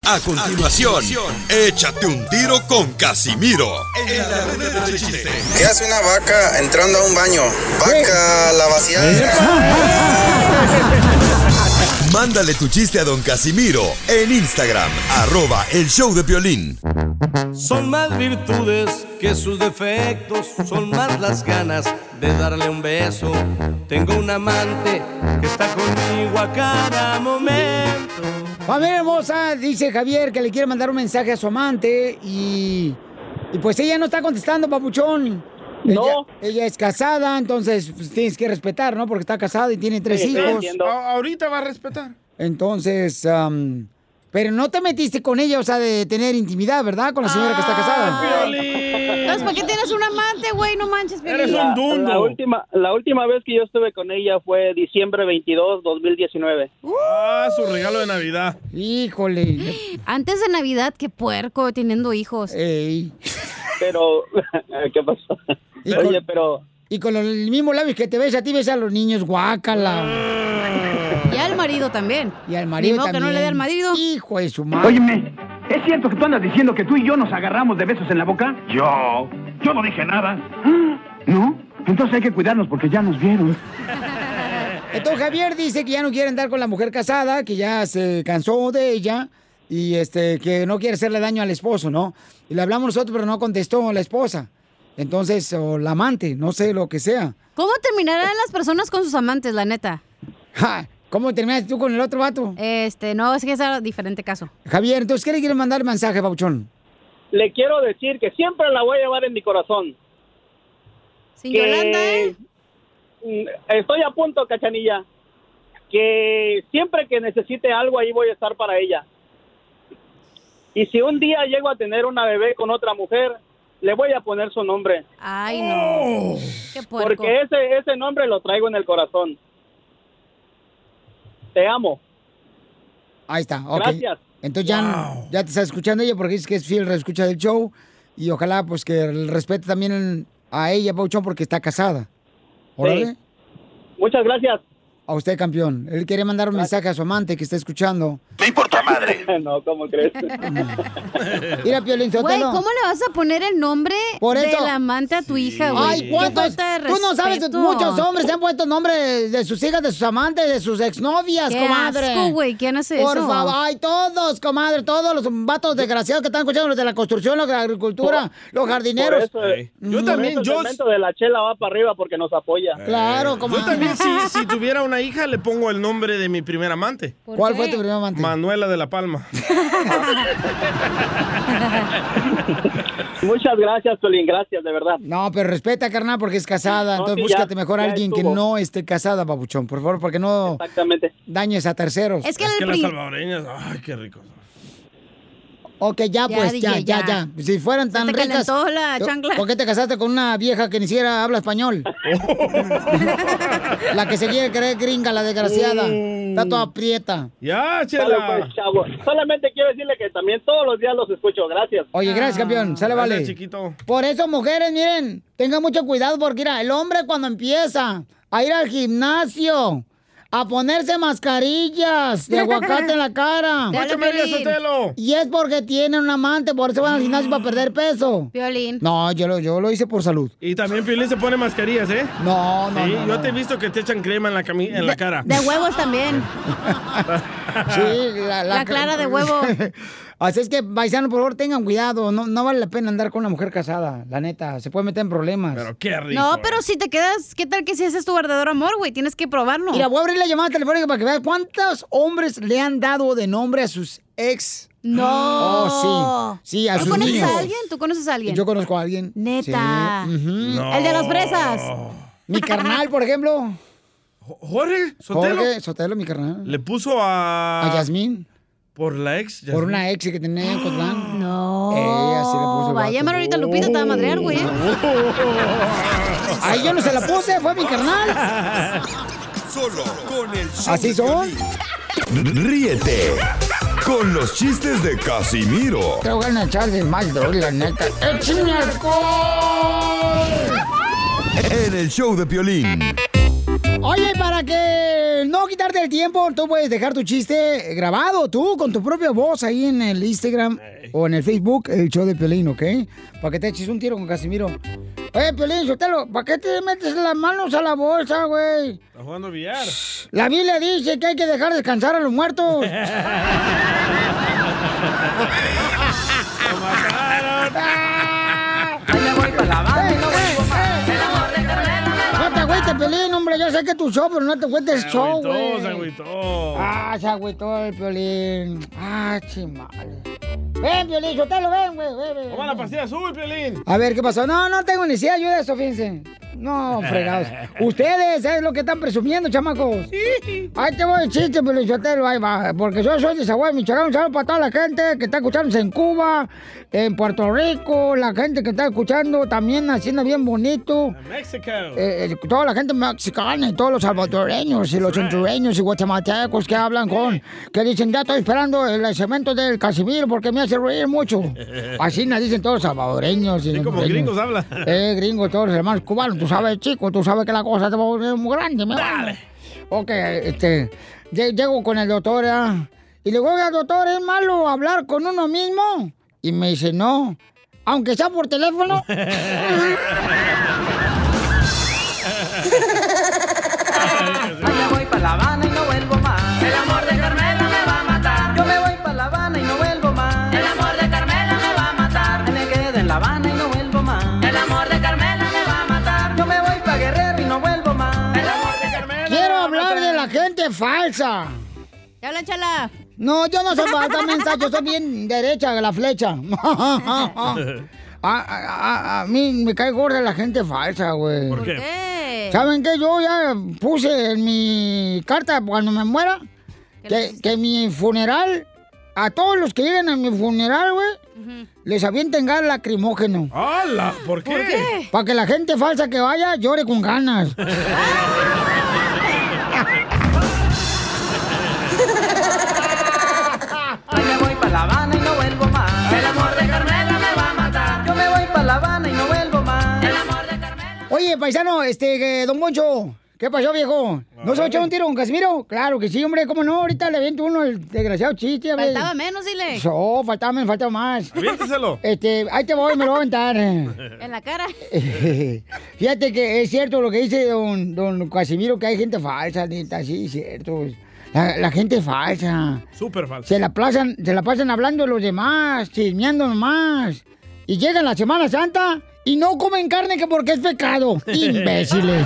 A continuación, échate un tiro con Casimiro en la ruleta de chiste. ¿Qué hace una vaca entrando a un baño? Vaca, la vaciada. Mándale tu chiste a don Casimiro en Instagram, @elshowdepiolín. Son más virtudes que sus defectos, son más las ganas de darle un beso. Tengo un amante que está conmigo a cada momento. Familia hermosa, dice Javier que le quiere mandar un mensaje a su amante y pues ella no está contestando, papuchón. No. Ella es casada, entonces pues, tienes que respetar, ¿no? Porque está casada y tiene 3 hijos. Ahorita va a respetar. Entonces, pero no te metiste con ella, o sea, de tener intimidad, ¿verdad? Con la señora que está casada. Entonces, ¿por qué tienes un amante, güey? No manches, Piolín. Eres un dundo. La última vez que yo estuve con ella fue diciembre 22, 2019. Su regalo de Navidad. Híjole. Antes de Navidad, qué puerco, teniendo hijos. Ey. Pero, ¿qué pasó? Oye, pero... Y con el mismo labios que te ves a ti, ves a los niños, guácala. Y al marido también. Y al marido Ni modo también. que no le dé al marido. Hijo de su madre. Óyeme, ¿es cierto que tú andas diciendo que tú y yo nos agarramos de besos en la boca? Yo no dije nada. ¿No? Entonces hay que cuidarnos porque ya nos vieron. Entonces Javier dice que ya no quiere andar con la mujer casada, que ya se cansó de ella y que no quiere hacerle daño al esposo, ¿no? Y le hablamos nosotros, pero no contestó la esposa. Entonces, o la amante, no sé, lo que sea. ¿Cómo terminarán las personas con sus amantes, la neta? ¿Cómo terminaste tú con el otro vato? No, es que es un diferente caso. Javier, entonces, ¿qué le quieres mandar mensaje, Pauchón? Le quiero decir que siempre la voy a llevar en mi corazón. Sin Yolanda, ¿eh? Estoy a punto, Cachanilla. Que siempre que necesite algo, ahí voy a estar para ella. Y si un día llego a tener una bebé con otra mujer, le voy a poner su nombre. Ay, no. Qué puerco. Porque ese nombre lo traigo en el corazón. Te amo. Ahí está, ok. Gracias. Entonces ya te está escuchando ella porque dice que es fiel escucha del show y ojalá pues que respete también a ella, Pauchón, porque está casada. ¿Órale? Sí. Muchas gracias. A usted, campeón. Él quiere mandar un mensaje a su amante que está escuchando. Me importa madre. No, ¿cómo crees? Mira, Piolín Sotelo. Güey, ¿cómo le vas a poner el nombre del amante a tu hija, güey? Ay, ¿cuántos? Tú no sabes, muchos hombres se han puesto nombres de sus hijas, de sus amantes, de sus exnovias, Qué comadre. asco, güey. ¿Quién hace Por eso? favor, ay, todos, comadre, todos los vatos desgraciados que están escuchando, los de la construcción, los de la agricultura, los jardineros. Yo también, el segmento de la chela va para arriba porque nos apoya. Claro, comadre. Yo también, si tuviera una hija, le pongo el nombre de mi primer amante. ¿Cuál fue tu primer amante? Manuela de la Palma. Muchas gracias, Piolín, gracias, de verdad. No, pero respeta, carnal, porque es casada. No, Entonces sí, búscate mejor a ya alguien estuvo. que no esté casada, babuchón, por favor, porque no dañes a terceros. Es que las salvadoreñas, ay, qué rico. Ok, ya, pues, DJ, ya. Si fueran tan te ricas. calentó la chancla. ¿Por qué te casaste con una vieja que ni siquiera habla español? La que se quiere creer gringa, la desgraciada. Está toda prieta. Ya, Dale, pues, chavo. Solamente quiero decirle que también todos los días los escucho. Gracias. Oye, gracias, campeón. Sale, Gracias, vale. chiquito. Por eso, mujeres, miren, tengan mucho cuidado porque, mira, el hombre cuando empieza a ir al gimnasio, a ponerse mascarillas de aguacate en la cara. Y es porque tienen un amante, por eso van al gimnasio para perder peso. Violín. No, yo lo hice por salud. Y también Piolín se pone mascarillas, ¿eh? No, Sí, no. yo te he visto que te echan crema en la cara. De huevos también. Sí, La clara de huevo. Así es que, paisanos, por favor, tengan cuidado. No vale la pena andar con una mujer casada, la neta. Se puede meter en problemas. Pero qué rico. No, pero si te quedas, ¿qué tal que si ese es tu verdadero amor, güey? Tienes que probarlo. Mira, voy a abrir la llamada telefónica para que vean cuántos hombres le han dado de nombre a sus ex. No. Oh, sí. Sí, a ¿Tú sus conoces niños. a alguien? ¿Tú conoces a alguien? Yo conozco a alguien. Neta. Sí. Ujú. No. El de las fresas. Mi carnal, por ejemplo. Jorge Sotelo. Jorge Sotelo, mi carnal. Le puso a Yasmín. Por la ex. Por una ex que tenía en Cotlán. No. Así le puso el Vaya, vato. llamar ahorita a Lupita, te va a madrear, güey. Ahí yo no se la puse, fue mi carnal. Solo con el show Así de son. Piolín. Ríete con los chistes de Casimiro Te voy a echar de mal, la neta. ¡Échame alcohol! en el show de Piolín. Oye, para que no quitarte el tiempo, tú puedes dejar tu chiste grabado tú con tu propia voz ahí en el Instagram o en el Facebook, el show de Piolín, ¿ok? Para que te eches un tiro con Casimiro. Oye, Piolín, ¿para qué te metes las manos a la bolsa, güey? Está jugando billar. La Biblia dice que hay que dejar descansar a los muertos. ¡Lo mataron! Ahí me voy para la banda y no vuelvo más. El amor de Carmela me va. No te agüites, Piolín, hombre, yo sé que es tu show, pero no te agüites el show, güey. Se agüitó. Se agüitó el Piolín. Chimale. Ven, Piolín, Sotelo, ven, güey, ven. Toma la pastilla azul, Piolín. A ver, ¿qué pasó? No tengo necesidad yo de eso, fíjense. No, fregados. Ustedes, ¿sabes lo que están presumiendo, chamacos? Ahí te voy el chiste, Piolín Sotelo, ahí va. Porque yo soy de Zaguay, Michoacán. Un saludo para toda la gente que está escuchándose en Cuba, en Puerto Rico, la gente que está escuchando también haciendo bien bonito. México. Toda la gente mexicana y todos los salvadoreños y los hondureños y guatemaltecos que hablan que dicen, ya estoy esperando el segmento del Casimiro porque me hace reír mucho. Así nos dicen todos los salvadoreños. Sí, como gringos hablan. Gringos, todos los hermanos cubanos. Tú sabes, chico, tú sabes que la cosa te va a volver muy grande. Dale. Ok, llego con el doctor, y le digo, oiga, doctor, ¿es malo hablar con uno mismo? Y me dice, no, aunque sea por teléfono. Yo me voy para La Habana y no vuelvo más. El amor de Carmela me va a matar. Yo me voy para La Habana y no vuelvo más. El amor de Carmela me va a matar. Me quedo en La Habana y no vuelvo más. El amor de Carmela me va a matar. Yo me voy para Guerrero y no vuelvo más. El amor de Carmela. Quiero hablar de la gente falsa. Ya habla, chala. No, yo no soy falsa, mensa, yo soy bien derecha de la flecha. A mí me cae gorda la gente falsa, güey. ¿Por qué? ¿Saben qué? Yo ya puse en mi carta cuando me muera que mi funeral, a todos los que lleguen a mi funeral, güey, les avienten gas lacrimógeno. ¡Hala! ¿Por qué? Para que la gente falsa que vaya llore con ganas. Ay, me voy para La Habana y no vuelvo más. El amor de Carmela me va a matar. Yo me voy para La Habana y no vuelvo más. El amor de Carmela. Oye, paisano, don Poncho, ¿qué pasó, viejo? ¿No se va a echar un tiro con Casimiro? Claro que sí, hombre, ¿cómo no? Ahorita le aviento uno el desgraciado chiste, güey. Faltaba menos, dile. No, faltaba más. Aviénteselo. Ahí te voy, me lo voy a aventar. En la cara. Fíjate que es cierto lo que dice don Casimiro, que hay gente falsa, neta, sí, es cierto. La gente falsa. Súper falsa. Se la pasan hablando de los demás, chismeando nomás. Y llega la Semana Santa y no comen carne que porque es pecado. Imbéciles.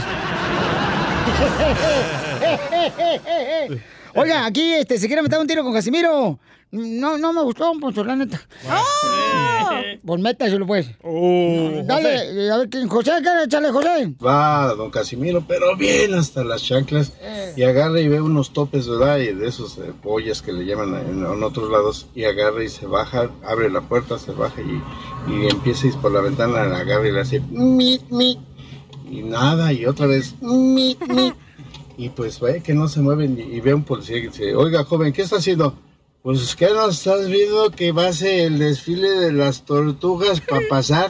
Oiga, aquí se quiere meter un tiro con Casimiro. No me gustó, pues, la neta. ¡Oh! Pues métaselo, pues. Dale, a ver, José, ¿qué? Échale, José. Va, don Casimiro, pero bien hasta las chanclas. Y agarra y ve unos topes, ¿verdad? Y de esos pollas que le llaman en otros lados. Y agarra y se baja, abre la puerta, se baja y empieza a ir por la ventana, la agarra y le hace mi. Y nada, y otra vez mi. Y pues ve que no se mueven y ve a un policía que dice, oiga, joven, ¿qué está haciendo? Pues, ¿qué no estás viendo que va a ser el desfile de las tortugas para pasar?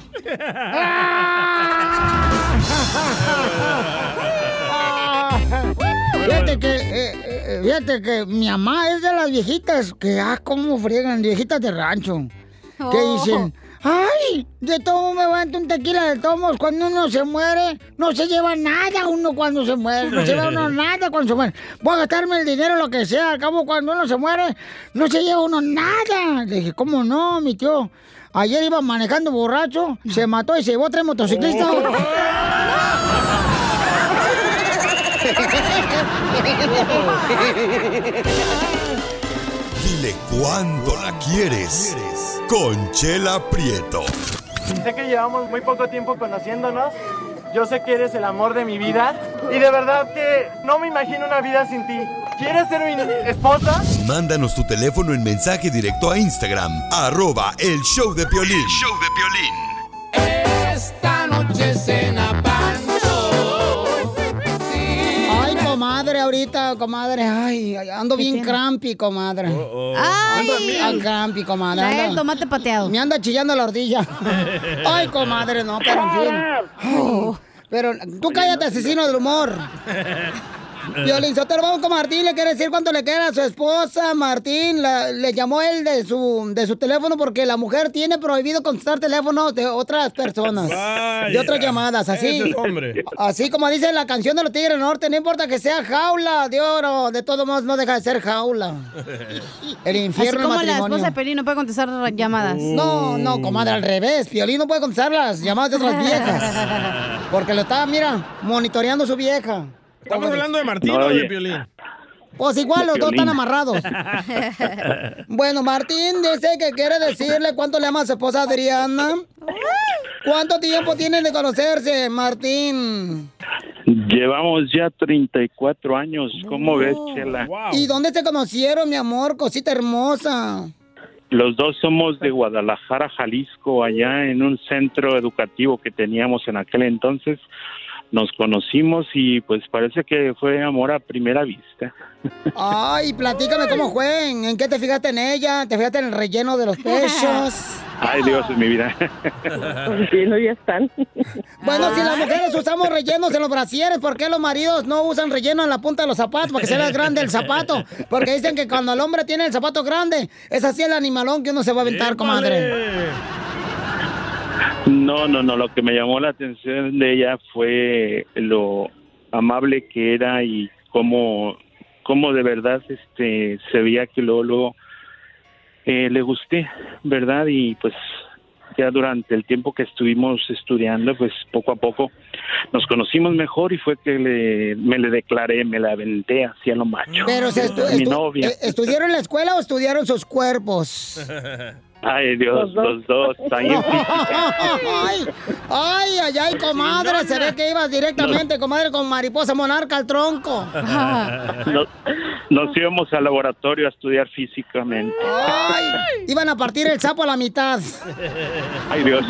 Fíjate que mi mamá es de las viejitas que, cómo friegan, viejitas de rancho. Que dicen, ay, de todo me aguanto un tequila de tomos. Cuando uno se muere, no se lleva nada uno cuando se muere. No se lleva uno nada cuando se muere. Voy a gastarme el dinero, lo que sea. Al cabo, cuando uno se muere, no se lleva uno nada. Le dije, ¿cómo no, mi tío? Ayer iba manejando borracho, se mató y se llevó 3 motociclistas. Dile cuándo la quieres. Conchela Prieto. Sé que llevamos muy poco tiempo conociéndonos. Yo sé que eres el amor de mi vida. Y de verdad que no me imagino una vida sin ti. ¿Quieres ser mi esposa? Mándanos tu teléfono en mensaje directo a Instagram. @El Show de Piolín. El Show de Piolín. Esta noche cena Pancho. Sí. Ay, comadre, ahorita, comadre. Ay, ando bien crampi, comadre. Ay, ando crampi, comadre. Trae el tomate pateado. Me anda chillando la ardilla. Ay, comadre, no, pero en fin. Pero tú cállate, asesino del humor. Piolín Sotelo, vamos con Martín, le quiere decir cuánto le queda a su esposa. Martín le llamó él de su teléfono porque la mujer tiene prohibido contestar teléfonos de otras personas. Vaya. De otras llamadas, así. Ese es hombre. Así como dice la canción de los Tigres del Norte, no importa que sea jaula de oro, de todos modos no deja de ser jaula. El infierno Así como del la matrimonio. esposa de Pelín no puede contestar llamadas. No, comadre, al revés. Piolín no puede contestar las llamadas de otras viejas. Porque lo está, mira, monitoreando su vieja. ¿Estamos hablando de Martín o de Piolín? Pues igual los dos Piolín. están amarrados. Bueno, Martín dice que quiere decirle cuánto le ama a su esposa Adriana. ¿Cuánto tiempo tienen de conocerse, Martín? Llevamos ya 34 años. ¿Cómo ves, Chela? ¿Y dónde se conocieron, mi amor? Cosita hermosa. Los dos somos de Guadalajara, Jalisco, allá en un centro educativo que teníamos en aquel entonces. Nos conocimos y pues parece que fue amor a primera vista. Ay, platícame cómo fue. ¿En qué te fijaste en ella? ¿Te fijaste en el relleno de los pechos? Ay, Dios, en mi vida. Sí, no, ya están. Bueno, si las mujeres usamos rellenos en los brasieres, ¿por qué los maridos no usan relleno en la punta de los zapatos para que sea grande el zapato? Porque dicen que cuando el hombre tiene el zapato grande, es así el animalón que uno se va a aventar, comadre. No, lo que me llamó la atención de ella fue lo amable que era y cómo de verdad se veía que luego le gusté, ¿verdad? Y pues ya durante el tiempo que estuvimos estudiando, pues poco a poco nos conocimos mejor y fue que me le declaré, me la aventé hacia lo macho. Pero mi novia. ¿estudiaron en la escuela o estudiaron sus cuerpos? Ay, Dios, los dos. Ahí en ay, comadre, se ve que ibas directamente, comadre, con mariposa monarca al tronco. Nos íbamos al laboratorio a estudiar físicamente. Ay, iban a partir el sapo a la mitad. Ay, Dios.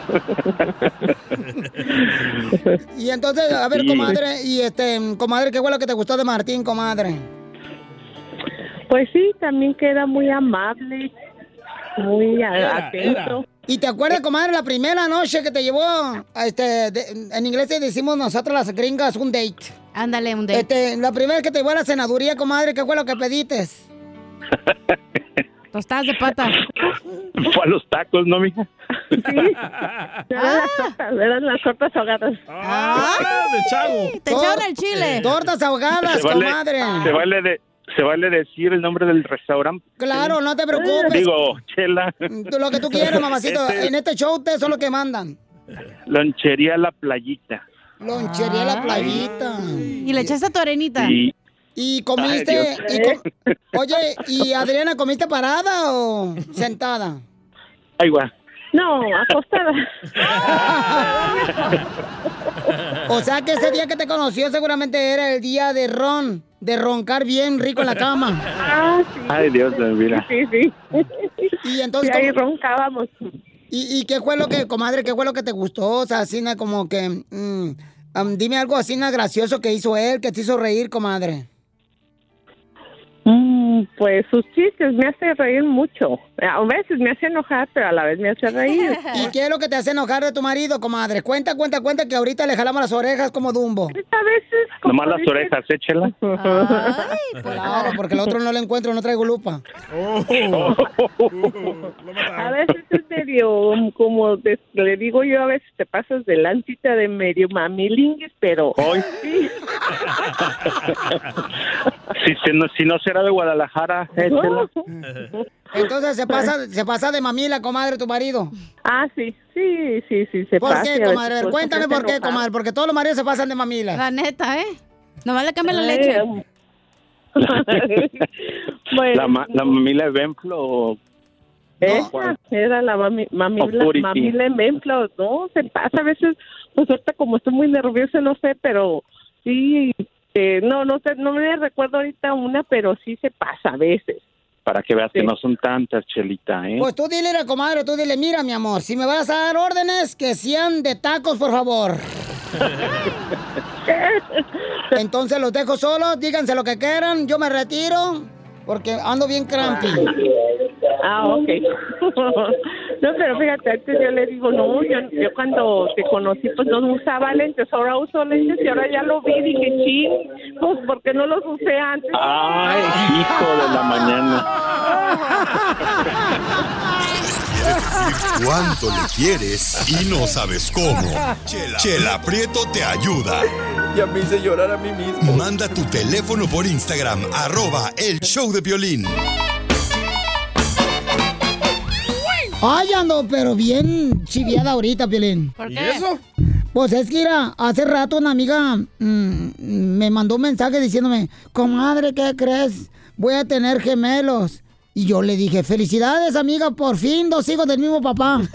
Y entonces, a ver, Sí. comadre, comadre, ¿qué fue lo que te gustó de Martín, comadre? Pues sí, también que era muy amable, muy atento. ¿Y te acuerdas, comadre, la primera noche que te llevó, en inglés le decimos nosotros las gringas, un date? Ándale, un date. La primera vez que te llevó a la senaduría, comadre, ¿qué fue lo que pediste? Tostadas de pata. Fue a los tacos, ¿no, mija? Eran las tortas ahogadas. De Chago. Te echaron el chile. Tortas ahogadas, comadre. ¿Se vale decir el nombre del restaurante? Claro, no te preocupes. Digo, Chela. Lo que tú quieras, mamacito. En este show ustedes son los que mandan. Lonchería La Playita. Lonchería La Playita. Y le echaste a tu arenita. ¿Y comiste? Ay, Oye, ¿y Adriana, comiste parada o sentada? Ay, guau. No, acostada. O sea que ese día que te conoció seguramente era el día de roncar bien rico en la cama. Sí. Ay, Dios de mi vida. Sí. Y entonces, ahí roncábamos. ¿Y qué fue lo que, comadre, qué fue lo que te gustó? O sea, así como que, dime algo así gracioso que hizo él, que te hizo reír, comadre. Pues sus chistes me hacen reír mucho. A veces me hace enojar, pero a la vez me hace reír. ¿Y qué es lo que te hace enojar de tu marido, comadre? Cuenta que ahorita le jalamos las orejas como Dumbo. A veces... Nomás las orejas, échela. Claro, porque el otro no lo encuentro, no traigo lupa. A veces es medio, como le digo yo, a veces te pasas de lancita de medio mamilingues, pero... Sí. Si no será de Guadalajara, échela. Entonces se pasa de mamila, comadre, tu marido. Sí, se ¿Por pasa. qué, comadre? A ver, cuéntame por qué, comadre, porque todos los maridos se pasan de mamila. La neta, Nomás le cambian la leche. La mamila de Benflo. Esa era la mamila en Benflo. No, se pasa a veces, pues ahorita como estoy muy nerviosa, no sé, pero sí, no sé, no me recuerdo ahorita una, pero sí se pasa a veces. Para que veas que no son tantas, Chelita, Pues tú dile a la comadre, tú dile, mira, mi amor, si me vas a dar órdenes, que sean de tacos, por favor. Entonces los dejo solos, díganse lo que quieran, yo me retiro, porque ando bien crampy. Ok. No, pero fíjate, antes yo le digo, no, yo cuando te conocí, pues no usaba lentes, ahora uso lentes y ahora ya lo vi, dije, ching, pues porque no los usé antes. Ay, hijo de la mañana. Quieres decir cuánto le quieres y no sabes cómo. Chela Prieto te ayuda. Ya me hice llorar a mí mismo. Manda tu teléfono por Instagram, @elshowdepiolín. Ay, ando, pero bien chiviada ahorita, Piolín. ¿Por qué? ¿Y eso? Pues es que, mira, hace rato una amiga me mandó un mensaje diciéndome, comadre, ¿qué crees? Voy a tener gemelos. Y yo le dije, felicidades, amiga, por fin 2 hijos del mismo papá. ¡No!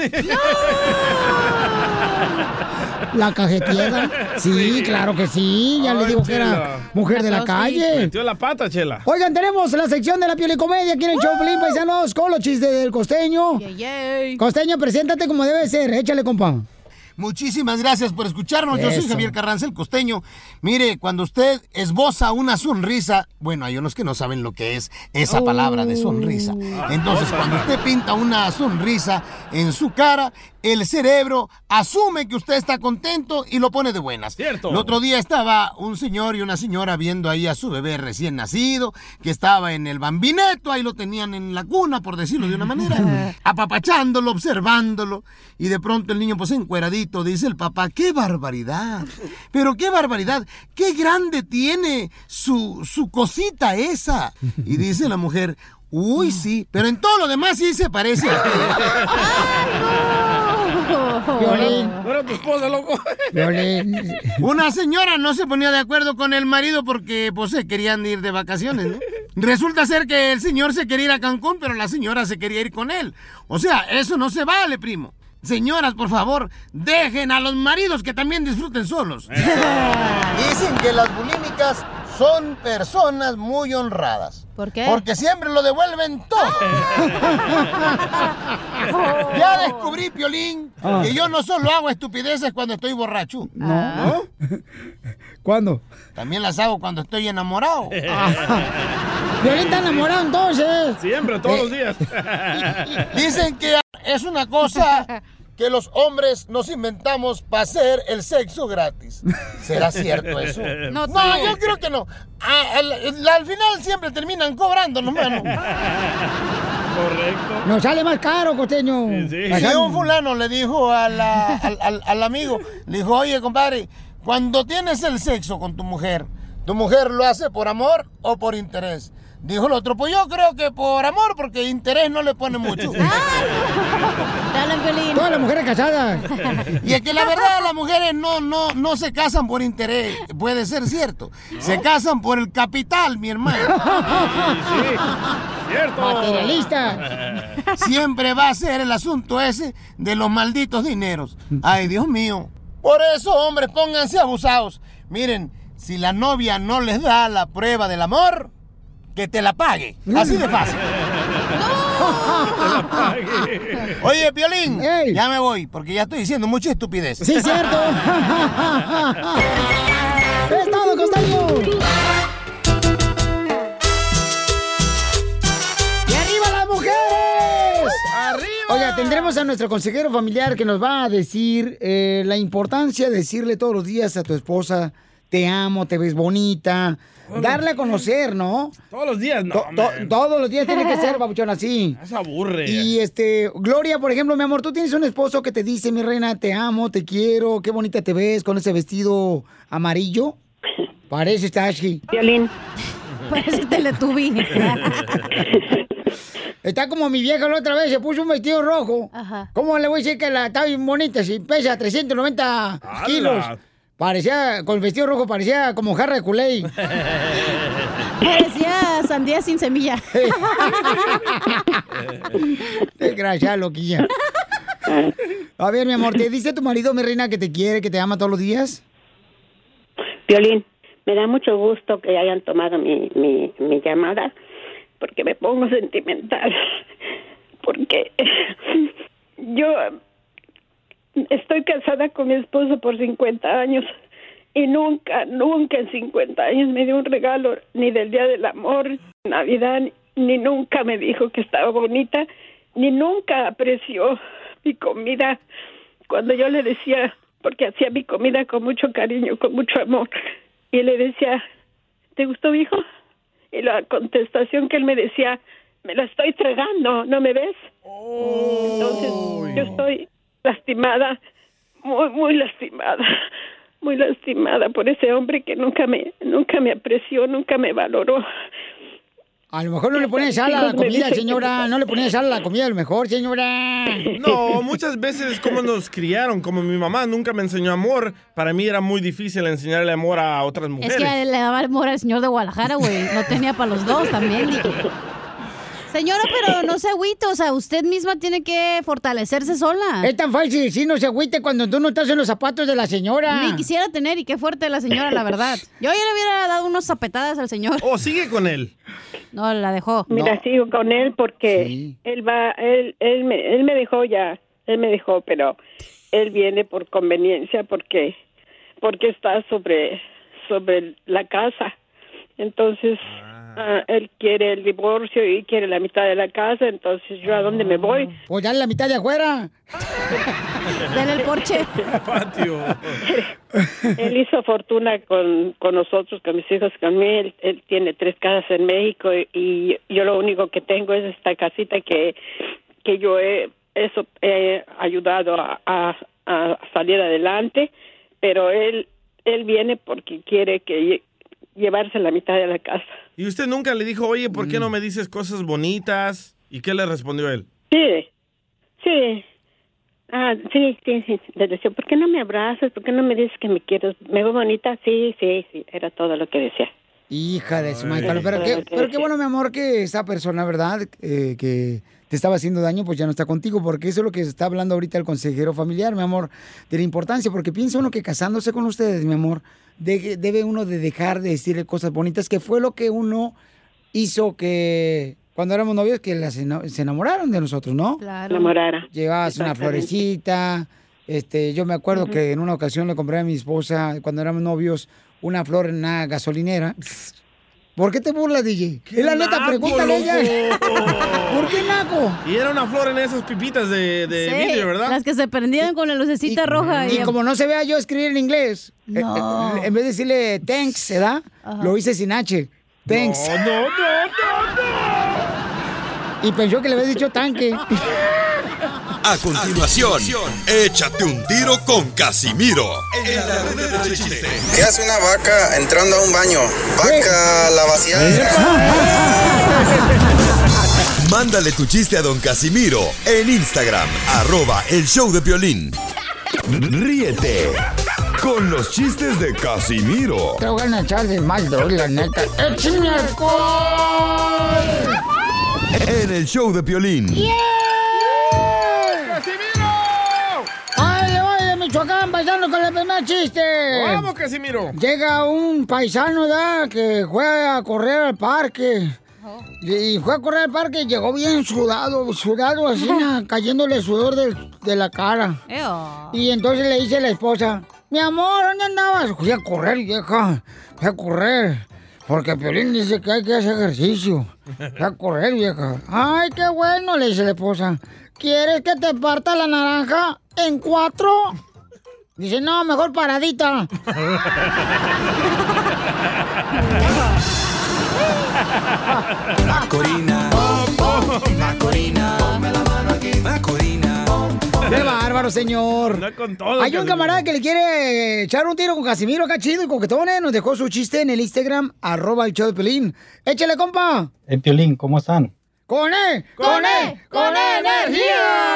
La cajeteada. Sí, claro que sí. Ya le digo que era mujer de la calle. Metió la pata, Chela. Oigan, tenemos la sección de la piolicomedia aquí en el show, Pelín, paisanos, con los chistes del costeño. Costeño, preséntate como debe ser. Échale, compa. Muchísimas gracias por escucharnos. Yo soy Javier Carranza, el costeño. Mire, cuando usted esboza una sonrisa, bueno, hay unos que no saben lo que es esa palabra de sonrisa. Entonces, cuando usted pinta una sonrisa en su cara, el cerebro asume que usted está contento y lo pone de buenas. Cierto. El otro día estaba un señor y una señora viendo ahí a su bebé recién nacido, que estaba en el bambineto, ahí lo tenían en la cuna, por decirlo de una manera, apapachándolo, observándolo, y de pronto el niño pues encueradito, dice el papá, ¡qué barbaridad! Pero qué barbaridad, qué grande tiene su cosita esa. Y dice la mujer, uy, sí, pero en todo lo demás sí se parece a ti. Violín. ¿No era tu esposa, loco? Violín. Una señora no se ponía de acuerdo con el marido porque pues se querían ir de vacaciones, ¿no? Resulta ser que el señor se quería ir a Cancún, pero la señora se quería ir con él. O sea, eso no se vale, primo. Señoras, por favor, dejen a los maridos que también disfruten solos. Dicen que las bulímicas son personas muy honradas. ¿Por qué? Porque siempre lo devuelven todo. Ya descubrí, Piolín, que yo no solo hago estupideces cuando estoy borracho. ¿No? ¿Cuándo? También las hago cuando estoy enamorado. Piolín está enamorado entonces. Siempre, todos los días. Dicen que es una cosa que los hombres nos inventamos para hacer el sexo gratis. ¿Será cierto eso? No, yo creo que no. Al final siempre terminan cobrando, ¿no, mano? Correcto. Nos sale más caro, costeño. Sí. Y un fulano le dijo al amigo, le dijo, oye, compadre, cuando tienes el sexo con tu mujer lo hace por amor o por interés? Dijo el otro, pues yo creo que por amor, porque interés no le pone mucho. Todas las mujeres casadas. Y es que la verdad las mujeres no se casan por interés, puede ser cierto. ¿No? Se casan por el capital, mi hermano. Sí, cierto. Materialista. Siempre va a ser el asunto ese de los malditos dineros. Ay, Dios mío. Por eso, hombres, pónganse abusados. Miren, si la novia no les da la prueba del amor, que te la pague. Así de fácil. Oye, Piolín, ya me voy, porque ya estoy diciendo mucha estupidez. Sí, cierto. ¡Es todo, costeño! ¡Y arriba las mujeres! ¡Arriba! Oiga, tendremos a nuestro consejero familiar que nos va a decir la importancia de decirle todos los días a tu esposa, te amo, te ves bonita. Darle a conocer, ¿no? Todos los días, no. Todos los días tiene que ser, babuchón, así. Eso aburre. Y Gloria, por ejemplo, mi amor, tú tienes un esposo que te dice, mi reina, te amo, te quiero, qué bonita te ves con ese vestido amarillo. Parece Tashi. Violín. Parece Teletubby. Está como mi vieja la otra vez, se puso un vestido rojo. Ajá. ¿Cómo le voy a decir que está bien bonita si pesa 390 kilos? Parecía, con el vestido rojo parecía como jarra de Kool-Aid. Parecía sandía sin semilla. Desgraciada, loquilla. A ver, mi amor, ¿te dice tu marido, mi reina, que te quiere, que te ama todos los días? Violín, me da mucho gusto que hayan tomado mi llamada, porque me pongo sentimental. Porque yo estoy casada con mi esposo por 50 años y nunca en 50 años me dio un regalo, ni del Día del Amor, Navidad, ni nunca me dijo que estaba bonita, ni nunca apreció mi comida. Cuando yo le decía, porque hacía mi comida con mucho cariño, con mucho amor, y le decía, ¿te gustó, hijo? Y la contestación que él me decía, me la estoy fregando, ¿no me ves? Entonces yo estoy lastimada, muy lastimada por ese hombre que nunca me apreció, nunca me valoró. A lo mejor no le ponía sal a la comida, señora. No le ponía sal a la comida, a lo mejor, señora. No, muchas veces como nos criaron, como mi mamá nunca me enseñó amor, para mí era muy difícil enseñarle amor a otras mujeres. Es que le daba amor al señor de Guadalajara, güey. No tenía para los dos también. Señora, pero no se agüite, o sea, usted misma tiene que fortalecerse sola. Es tan fácil decir no se agüite cuando tú no estás en los zapatos de la señora. Ni quisiera tener, y qué fuerte la señora, la verdad. Yo ya le hubiera dado unos zapetadas al señor. Oh, sigue con él. No, la dejó. Mira, sigo con él porque él me dejó ya, él me dejó, pero él viene por conveniencia porque está sobre la casa. Entonces, él quiere el divorcio y quiere la mitad de la casa, entonces ¿yo a dónde me voy? Pues ya la mitad de afuera. Dale el porche. Patio. Él hizo fortuna con nosotros, con mis hijos, con mí. Él tiene 3 casas en México y yo lo único que tengo es esta casita que yo he ayudado a salir adelante, pero él viene porque quiere llevarse la mitad de la casa. ¿Y usted nunca le dijo, oye, ¿por qué no me dices cosas bonitas? ¿Y qué le respondió él? Sí. Sí. Le decía, ¿por qué no me abrazas? ¿Por qué no me dices que me quieres? ¿Me veo bonita? Sí. Era todo lo que decía. Hija de su madre. Pero qué bueno, mi amor, que esa persona, ¿verdad? Que te estaba haciendo daño, pues ya no está contigo, porque eso es lo que está hablando ahorita el consejero familiar, mi amor, de la importancia, porque piensa uno que casándose con ustedes, mi amor, debe uno de dejar de decirle cosas bonitas, que fue lo que uno hizo que cuando éramos novios, que se enamoraron de nosotros, ¿no? Claro. Enamorara. Llevabas una florecita, yo me acuerdo que en una ocasión le compré a mi esposa, cuando éramos novios, una flor en una gasolinera. ¿Por qué te burlas, DJ? Es la neta, pregúntale a ella. ¿Por qué naco? Y era una flor en esas pipitas de vidrio, ¿verdad? Las que se prendían con la lucecita roja. Y como no se vea yo escribir en inglés, en vez de decirle thanks, ¿verdad? Lo hice sin H. Thanks. No. Y pensó que le había dicho tanque. A continuación, échate un tiro con Casimiro en la ruleta de chiste. ¿Qué hace una vaca entrando a un baño? Vaca la vaciada. Mándale tu chiste a don Casimiro en Instagram, @elshowdepiolín. Ríete con los chistes de Casimiro. Te voy a echar de mal, la neta. ¡Échame alcohol! En el show de Piolín. ¡Yeah! ¡Casimiro! ¡Ay, le voy de Michoacán, paisano, con el primer chiste! ¡Vamos, Casimiro! Llega un paisano, ¿verdad?, que fue a correr al parque. Y fue a correr al parque y llegó bien sudado así, cayéndole sudor de la cara. Y entonces le dice a la esposa, mi amor, ¿dónde andabas? Fui a correr, vieja, fui a correr. Porque Piolín dice que hay que hacer ejercicio. Fui a correr, vieja. Ay, qué bueno, le dice la esposa. ¿Quieres que te parta la naranja en 4? Dice, no, mejor paradita. Macorina, Macorina, ponme la mano aquí, Macorina. ¡Qué bárbaro, señor! No con todo, Hay un camarada que le quiere echar un tiro con Casimiro acá chido y coquetón, nos dejó su chiste en el Instagram, @elshowdepiolín. ¡Échale, compa! Piolín, ¿cómo están? ¡Con energía!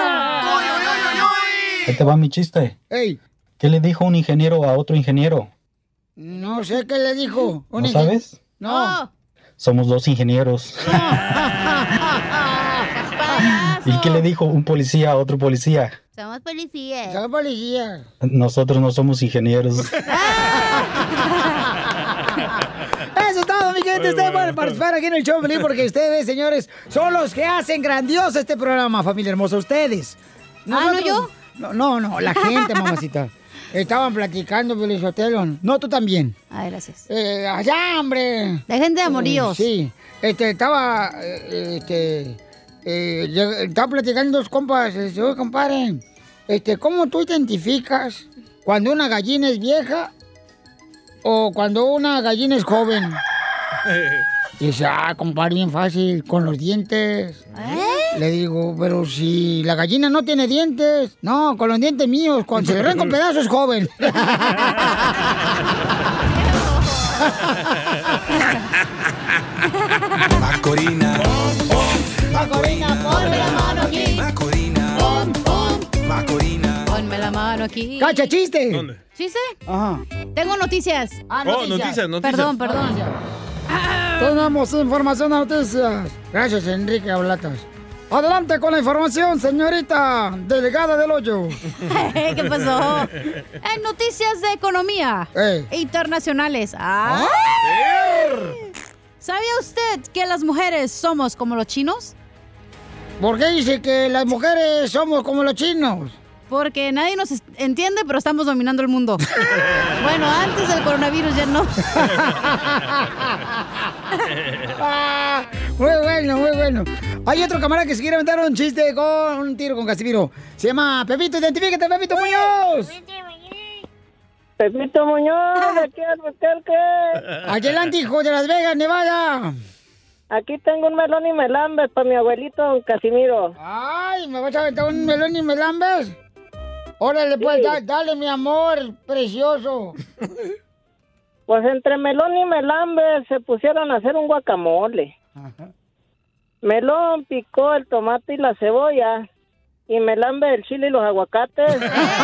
Ahí te va mi chiste. ¡Ey! ¿Qué le dijo un ingeniero a otro ingeniero? No sé qué le dijo. ¿No sabes? No. Somos 2 ingenieros. ¿Y qué le dijo un policía a otro policía? Somos policías. Somos policías. Nosotros no somos ingenieros. Eso es todo, mi gente. Ustedes pueden participar aquí en el show, porque ustedes, señores, son los que hacen grandioso este programa, familia hermosa. Ustedes. ¿No yo? No, la gente, mamacita. estaban platicando, Pelizotelo. No, tú también. Ay, gracias. Allá, hombre. Dejen de amoríos. Sí. Estaba platicando dos compas. Oye, compadre, ¿cómo tú identificas cuando una gallina es vieja o cuando una gallina es joven? Y dice, compadre, bien fácil, con los dientes. Le digo, pero si la gallina no tiene dientes. No, con los dientes míos, cuando se le arranca un pedazo es joven. Macorina. Macorina, ponme la mano aquí. Macorina. Macorina. Ponme la mano aquí. ¡Cacha, chiste! ¿Dónde? ¿Chiste? Ajá. Tengo noticias. Noticias. Perdón. Tenemos información de noticias. Gracias, Enrique Ablatas. Adelante con la información, señorita delegada del hoyo. ¿Qué pasó? En noticias de economía internacionales. ¿Sabía usted que las mujeres somos como los chinos? ¿Por qué dice que las mujeres somos como los chinos? Porque nadie nos entiende, pero estamos dominando el mundo. Bueno, antes del coronavirus ya no. Muy bueno. Hay otro camarada que se quiere aventar un chiste con un tiro con Casimiro. Se llama Pepito. Identifícate, Pepito Muñoz. Pepito Muñoz, de aquí al Buquerque. Adelante, hijo de Las Vegas, Nevada. Aquí tengo un melón y melambes para mi abuelito, don Casimiro. Ay, ¿me vas a aventar un melón y melambes? Órale, pues, Sí. dale, mi amor, precioso. Pues entre melón y melambes se pusieron a hacer un guacamole. Melón picó el tomate y la cebolla. Y melambe el chile y los aguacates.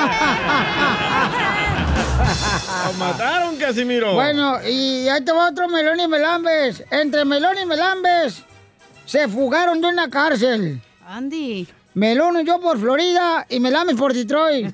¡Lo mataron, Casimiro! Bueno, y ahí te va otro melón y melambes. Entre melón y melambes se fugaron de una cárcel. Andy. Melón huyó por Florida y melambes por Detroit.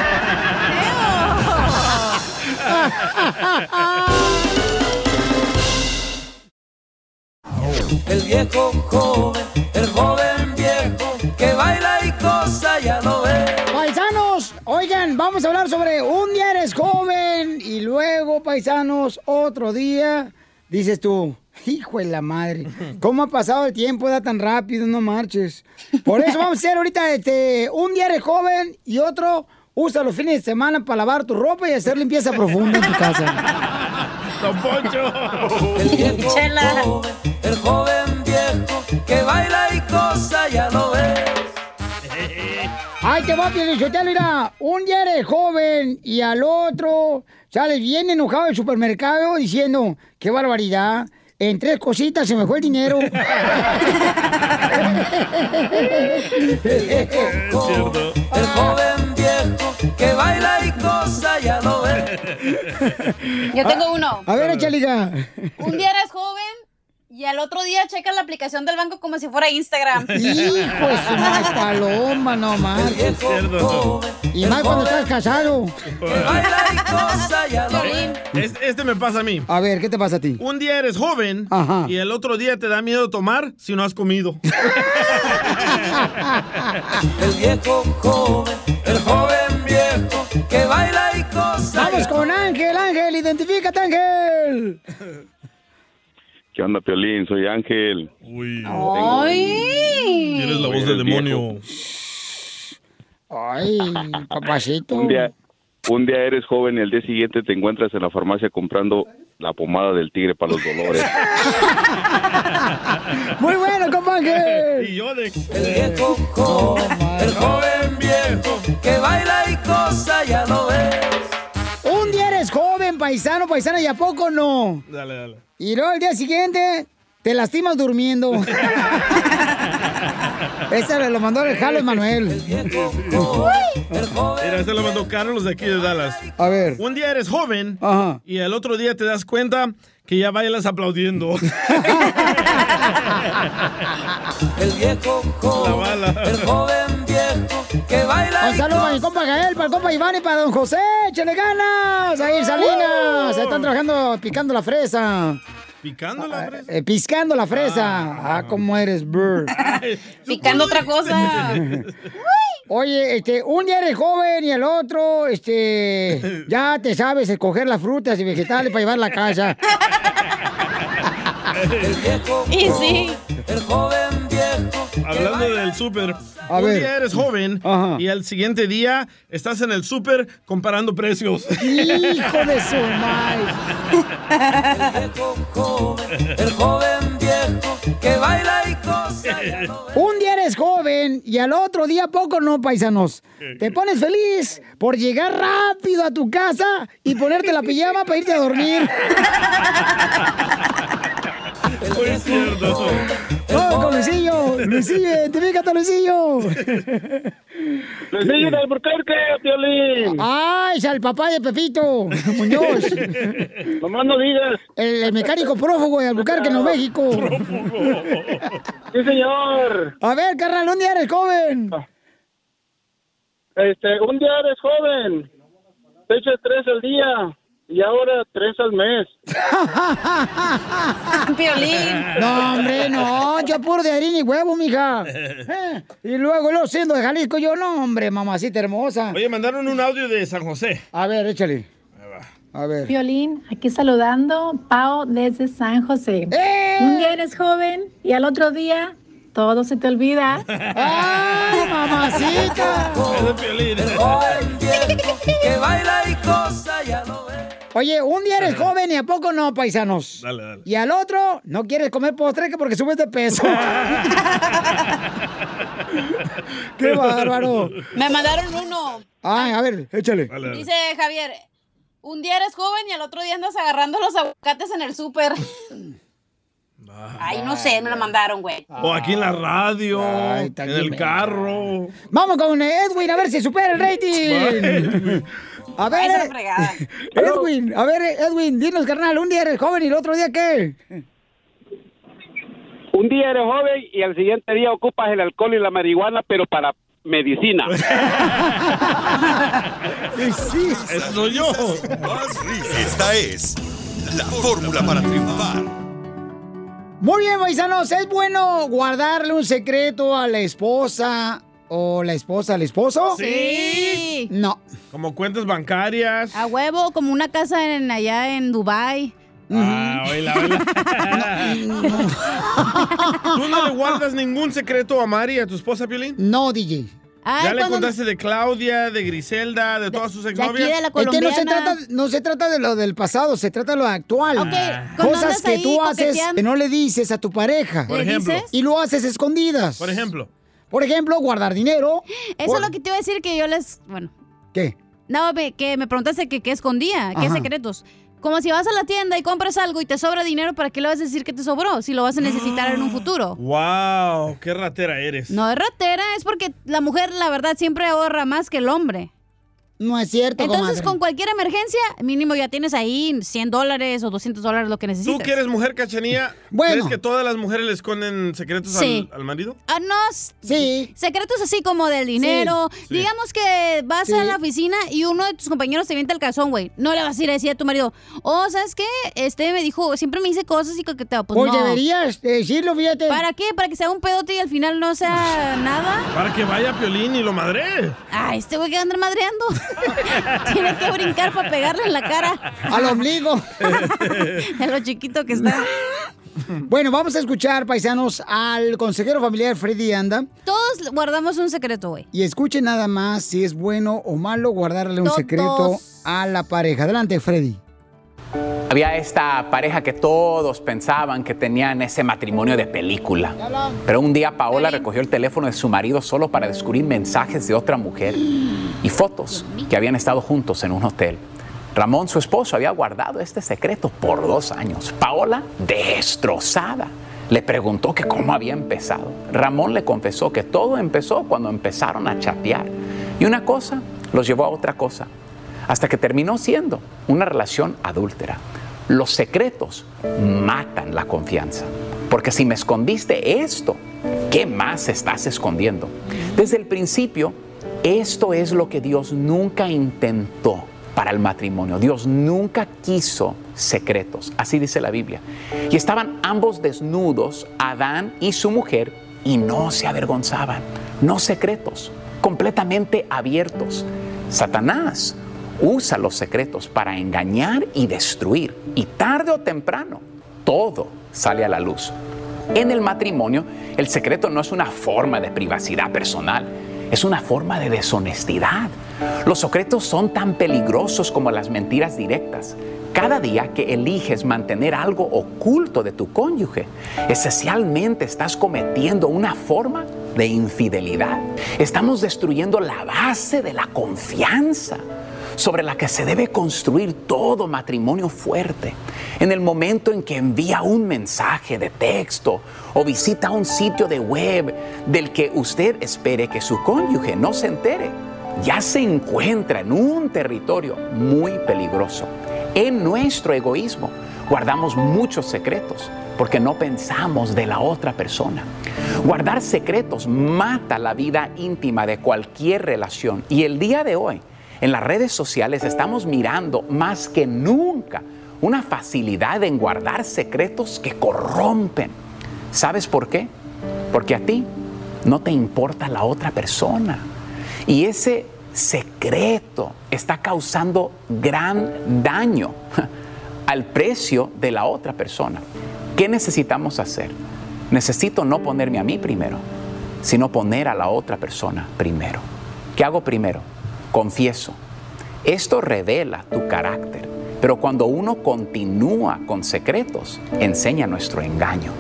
El viejo joven, el joven viejo, que baila y cosa ya lo ve. Paisanos, oigan, vamos a hablar sobre un día eres joven y luego, paisanos, otro día, dices tú, hijo de la madre, ¿cómo ha pasado el tiempo da tan rápido? No marches. Por eso vamos a hacer ahorita un día eres joven y otro usa los fines de semana para lavar tu ropa y hacer limpieza profunda en tu casa. ¡Don Poncho! El viejo joven, el joven viejo, que baila y cosa ya lo ves. Ay, te va, Pielichotelo, mira, un día eres joven y al otro sales bien enojado del supermercado diciendo, qué barbaridad, en 3 cositas se me fue el dinero. El joven viejo, que baila y cosa ya lo ves. Yo tengo uno. A ver, Chaliga. Un día eres joven y al otro día checas la aplicación del banco como si fuera Instagram. Hijo de su madre, paloma, no más. Y más cuando estás casado. Este me pasa a mí. A ver, ¿qué te pasa a ti? Un día eres joven y el otro día te da miedo tomar si no has comido. El viejo joven, el joven viejo, que baila y cosa. Vamos con Ángel, Ángel, identifícate, Ángel. ¿Qué onda, Piolín? Soy Ángel. Uy. ¡Ay! Tienes la voz de demonio. Ay, papacito. Un día eres joven y al día siguiente te encuentras en la farmacia comprando la pomada del tigre para los dolores. Muy bueno, compa Ángel. Y Yodex. El viejo joven, el joven viejo, que baila y cosa ya lo ves. Un día eres joven, paisano, paisana, y a poco no. Dale. Y luego al día siguiente te lastimas durmiendo. Ese lo mandó el Jalo Manuel. Mira, este lo mandó Carlos de aquí de Dallas. A ver. Un día eres joven y el otro día te das cuenta que ya bailas aplaudiendo. El viejo joven, el joven viejo, que baila. Un saludo para mi compa Gael, para el compa Iván y para don José. ¡Échale ganas! Ahí, Salinas. Se están trabajando picando la fresa. ¿Picando la fresa? Piscando la fresa. ¿Cómo eres, bird? Picando otra cosa. Oye, un día eres joven y el otro, ya te sabes escoger las frutas y vegetales para llevar a la casa. Y sí. El joven viejo. Hablando del súper, A un ver. día eres joven y al siguiente día estás en el súper comparando precios. ¡Hijo de su madre! El joven viejo que baila y cosa. Un día eres joven y al otro día poco no, paisanos. Te pones feliz por llegar rápido a tu casa y ponerte la pijama para irte a dormir. Muy cierto. ¡Oh, con Luisillo! ¡Luisillo, identifícate, Luisillo! Luisillo del Albuquerque, Piolín. ¡Ay, es el papá de Pepito Muñoz! Nomás no digas. El mecánico prófugo de Albuquerque, Nuevo México. Sí, señor. A ver, carnal, un día eres joven. Un día eres joven. Te echas 3 al día. Y ahora 3 al mes. Piolín. No, hombre, no. Yo puro de harina y huevo, mija. Y luego siendo de Jalisco, yo no, hombre, mamacita hermosa. Oye, mandaron un audio de San José. A ver, échale. A ver. Piolín, aquí saludando, Pao desde San José. Un día eres joven y al otro día todo se te olvida. ¡Ay, mamacita! Que baila y cosa ya lo ve. Oye, un día eres joven y a poco no, paisanos. Dale, dale. Y al otro no quieres comer postre porque subes de peso. ¡Qué bárbaro! Me mandaron uno. Ay, a ver, échale. Dice Javier, un día eres joven y al otro día andas agarrando los aguacates en el súper. Ay, no sé, me lo mandaron, güey. O aquí en la radio, en el carro. Vamos con Edwin, a ver si supera el rating. A ver, Esa fregada. Edwin, dinos, carnal, un día eres joven y el otro día, ¿qué? Un día eres joven y al siguiente día ocupas el alcohol y la marihuana, pero para medicina. Sí, eso soy yo. Esta es la fórmula para triunfar. Muy bien, paisanos, ¿es bueno guardarle un secreto a la esposa o la esposa al esposo? Sí. No. Como cuentas bancarias. A huevo, como una casa allá en Dubái. Oíla. ¿Tú no le guardas ningún secreto a Mari, a tu esposa, Piolín? No, DJ. ¿Ya le contaste de Claudia, de Griselda, de todas sus exnovias? Es que no se trata de lo del pasado, se trata de lo actual. Cosas que tú haces que no le dices a tu pareja. Por ejemplo. Y lo haces escondidas. Por ejemplo, guardar dinero. Eso es lo que te iba a decir que yo les... Bueno. ¿Qué? No, que me preguntaste que qué escondía, qué secretos. Como si vas a la tienda y compras algo y te sobra dinero, ¿para qué le vas a decir que te sobró si lo vas a necesitar en un futuro? ¡Wow! ¡Qué ratera eres! No es ratera, es porque la mujer, la verdad, siempre ahorra más que el hombre. No es cierto, Entonces, comadre. con cualquier emergencia, mínimo ya tienes ahí $100 o $200, lo que necesites. ¿Tú que eres mujer, Cachanilla? ¿Crees que todas las mujeres le esconden secretos al marido? No, sí. Secretos así como del dinero. Sí. Digamos que vas a la oficina y uno de tus compañeros te vienta el calzón, güey. No le vas a ir a decir a tu marido, ¿sabes qué? Me dijo, siempre me dice cosas y coqueteo. Pues no. Deberías decirlo, fíjate. ¿Para qué? ¿Para que sea un pedote y al final no sea nada? Para que vaya Piolín y lo madre. Ay, este güey que anda madreando. Tiene que brincar para pegarle en la cara. Al ombligo. De lo chiquito que está. Bueno, vamos a escuchar, paisanos, al consejero familiar Freddy Anda. Todos guardamos un secreto, güey. Y escuchen nada más si es bueno o malo guardarle un secreto a la pareja. Adelante, Freddy. Había esta pareja que todos pensaban que tenían ese matrimonio de película. Pero un día Paola recogió el teléfono de su marido solo para descubrir mensajes de otra mujer y fotos que habían estado juntos en un hotel. Ramón, su esposo, había guardado este secreto por 2 años. Paola, destrozada, le preguntó que cómo había empezado. Ramón le confesó que todo empezó cuando empezaron a chatear. Y una cosa los llevó a otra cosa, hasta que terminó siendo una relación adúltera. Los secretos matan la confianza, porque si me escondiste esto, ¿qué más estás escondiendo? Desde el principio, esto es lo que Dios nunca intentó para el matrimonio. Dios nunca quiso secretos, así dice la Biblia. Y estaban ambos desnudos, Adán y su mujer, y no se avergonzaban. No secretos, completamente abiertos. Satanás usa los secretos para engañar y destruir, y tarde o temprano todo sale a la luz. En el matrimonio, el secreto no es una forma de privacidad personal, es una forma de deshonestidad. Los secretos son tan peligrosos como las mentiras directas. Cada día que eliges mantener algo oculto de tu cónyuge, esencialmente estás cometiendo una forma de infidelidad. Estamos destruyendo la base de la confianza sobre la que se debe construir todo matrimonio fuerte. En el momento en que envía un mensaje de texto o visita un sitio de web del que usted espere que su cónyuge no se entere, ya se encuentra en un territorio muy peligroso. En nuestro egoísmo guardamos muchos secretos porque no pensamos de la otra persona. Guardar secretos mata la vida íntima de cualquier relación. Y el día de hoy, en las redes sociales estamos mirando más que nunca una facilidad en guardar secretos que corrompen. ¿Sabes por qué? Porque a ti no te importa la otra persona. Y ese secreto está causando gran daño al precio de la otra persona. ¿Qué necesitamos hacer? Necesito no ponerme a mí primero, sino poner a la otra persona primero. ¿Qué hago primero? Confieso. Esto revela tu carácter, pero cuando uno continúa con secretos, enseña nuestro engaño.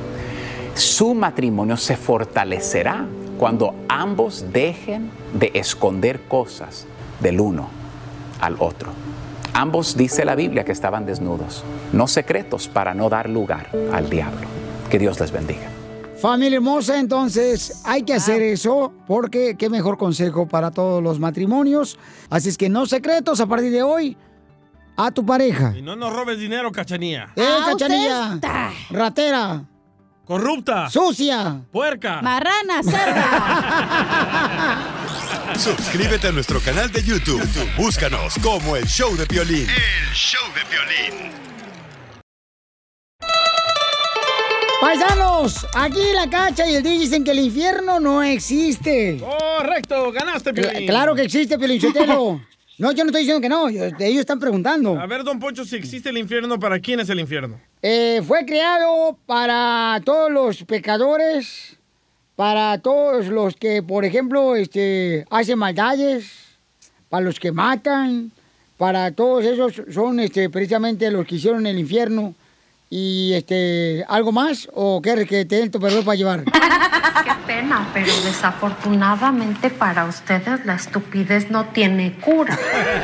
Su matrimonio se fortalecerá cuando ambos dejen de esconder cosas del uno al otro. Ambos, dice la Biblia, que estaban desnudos, no secretos para no dar lugar al diablo. Que Dios les bendiga. Familia hermosa, entonces hay que hacer eso porque qué mejor consejo para todos los matrimonios. Así es que no secretos a partir de hoy a tu pareja. Y no nos robes dinero, Cachanilla. Cachanilla. Ratera. Corrupta. Sucia. Puerca. Marrana, cerda. Suscríbete a nuestro canal de YouTube. Búscanos como El Show de Piolín. El Show de Piolín. Paisanos, aquí la Cacha y el DJ dicen que el infierno no existe. Correcto, ganaste, Piolín. Claro que existe, Piolín Sotelo. No, yo no estoy diciendo que no, ellos están preguntando. A ver, don Poncho, si existe el infierno, ¿para quién es el infierno? Fue creado para todos los pecadores, para todos los que, por ejemplo, hacen maldades, para los que matan, para todos esos son precisamente los que hicieron el infierno. ¿Y algo más? ¿O quieres que te den tu perro para llevar? Qué pena, pero desafortunadamente para ustedes la estupidez no tiene cura.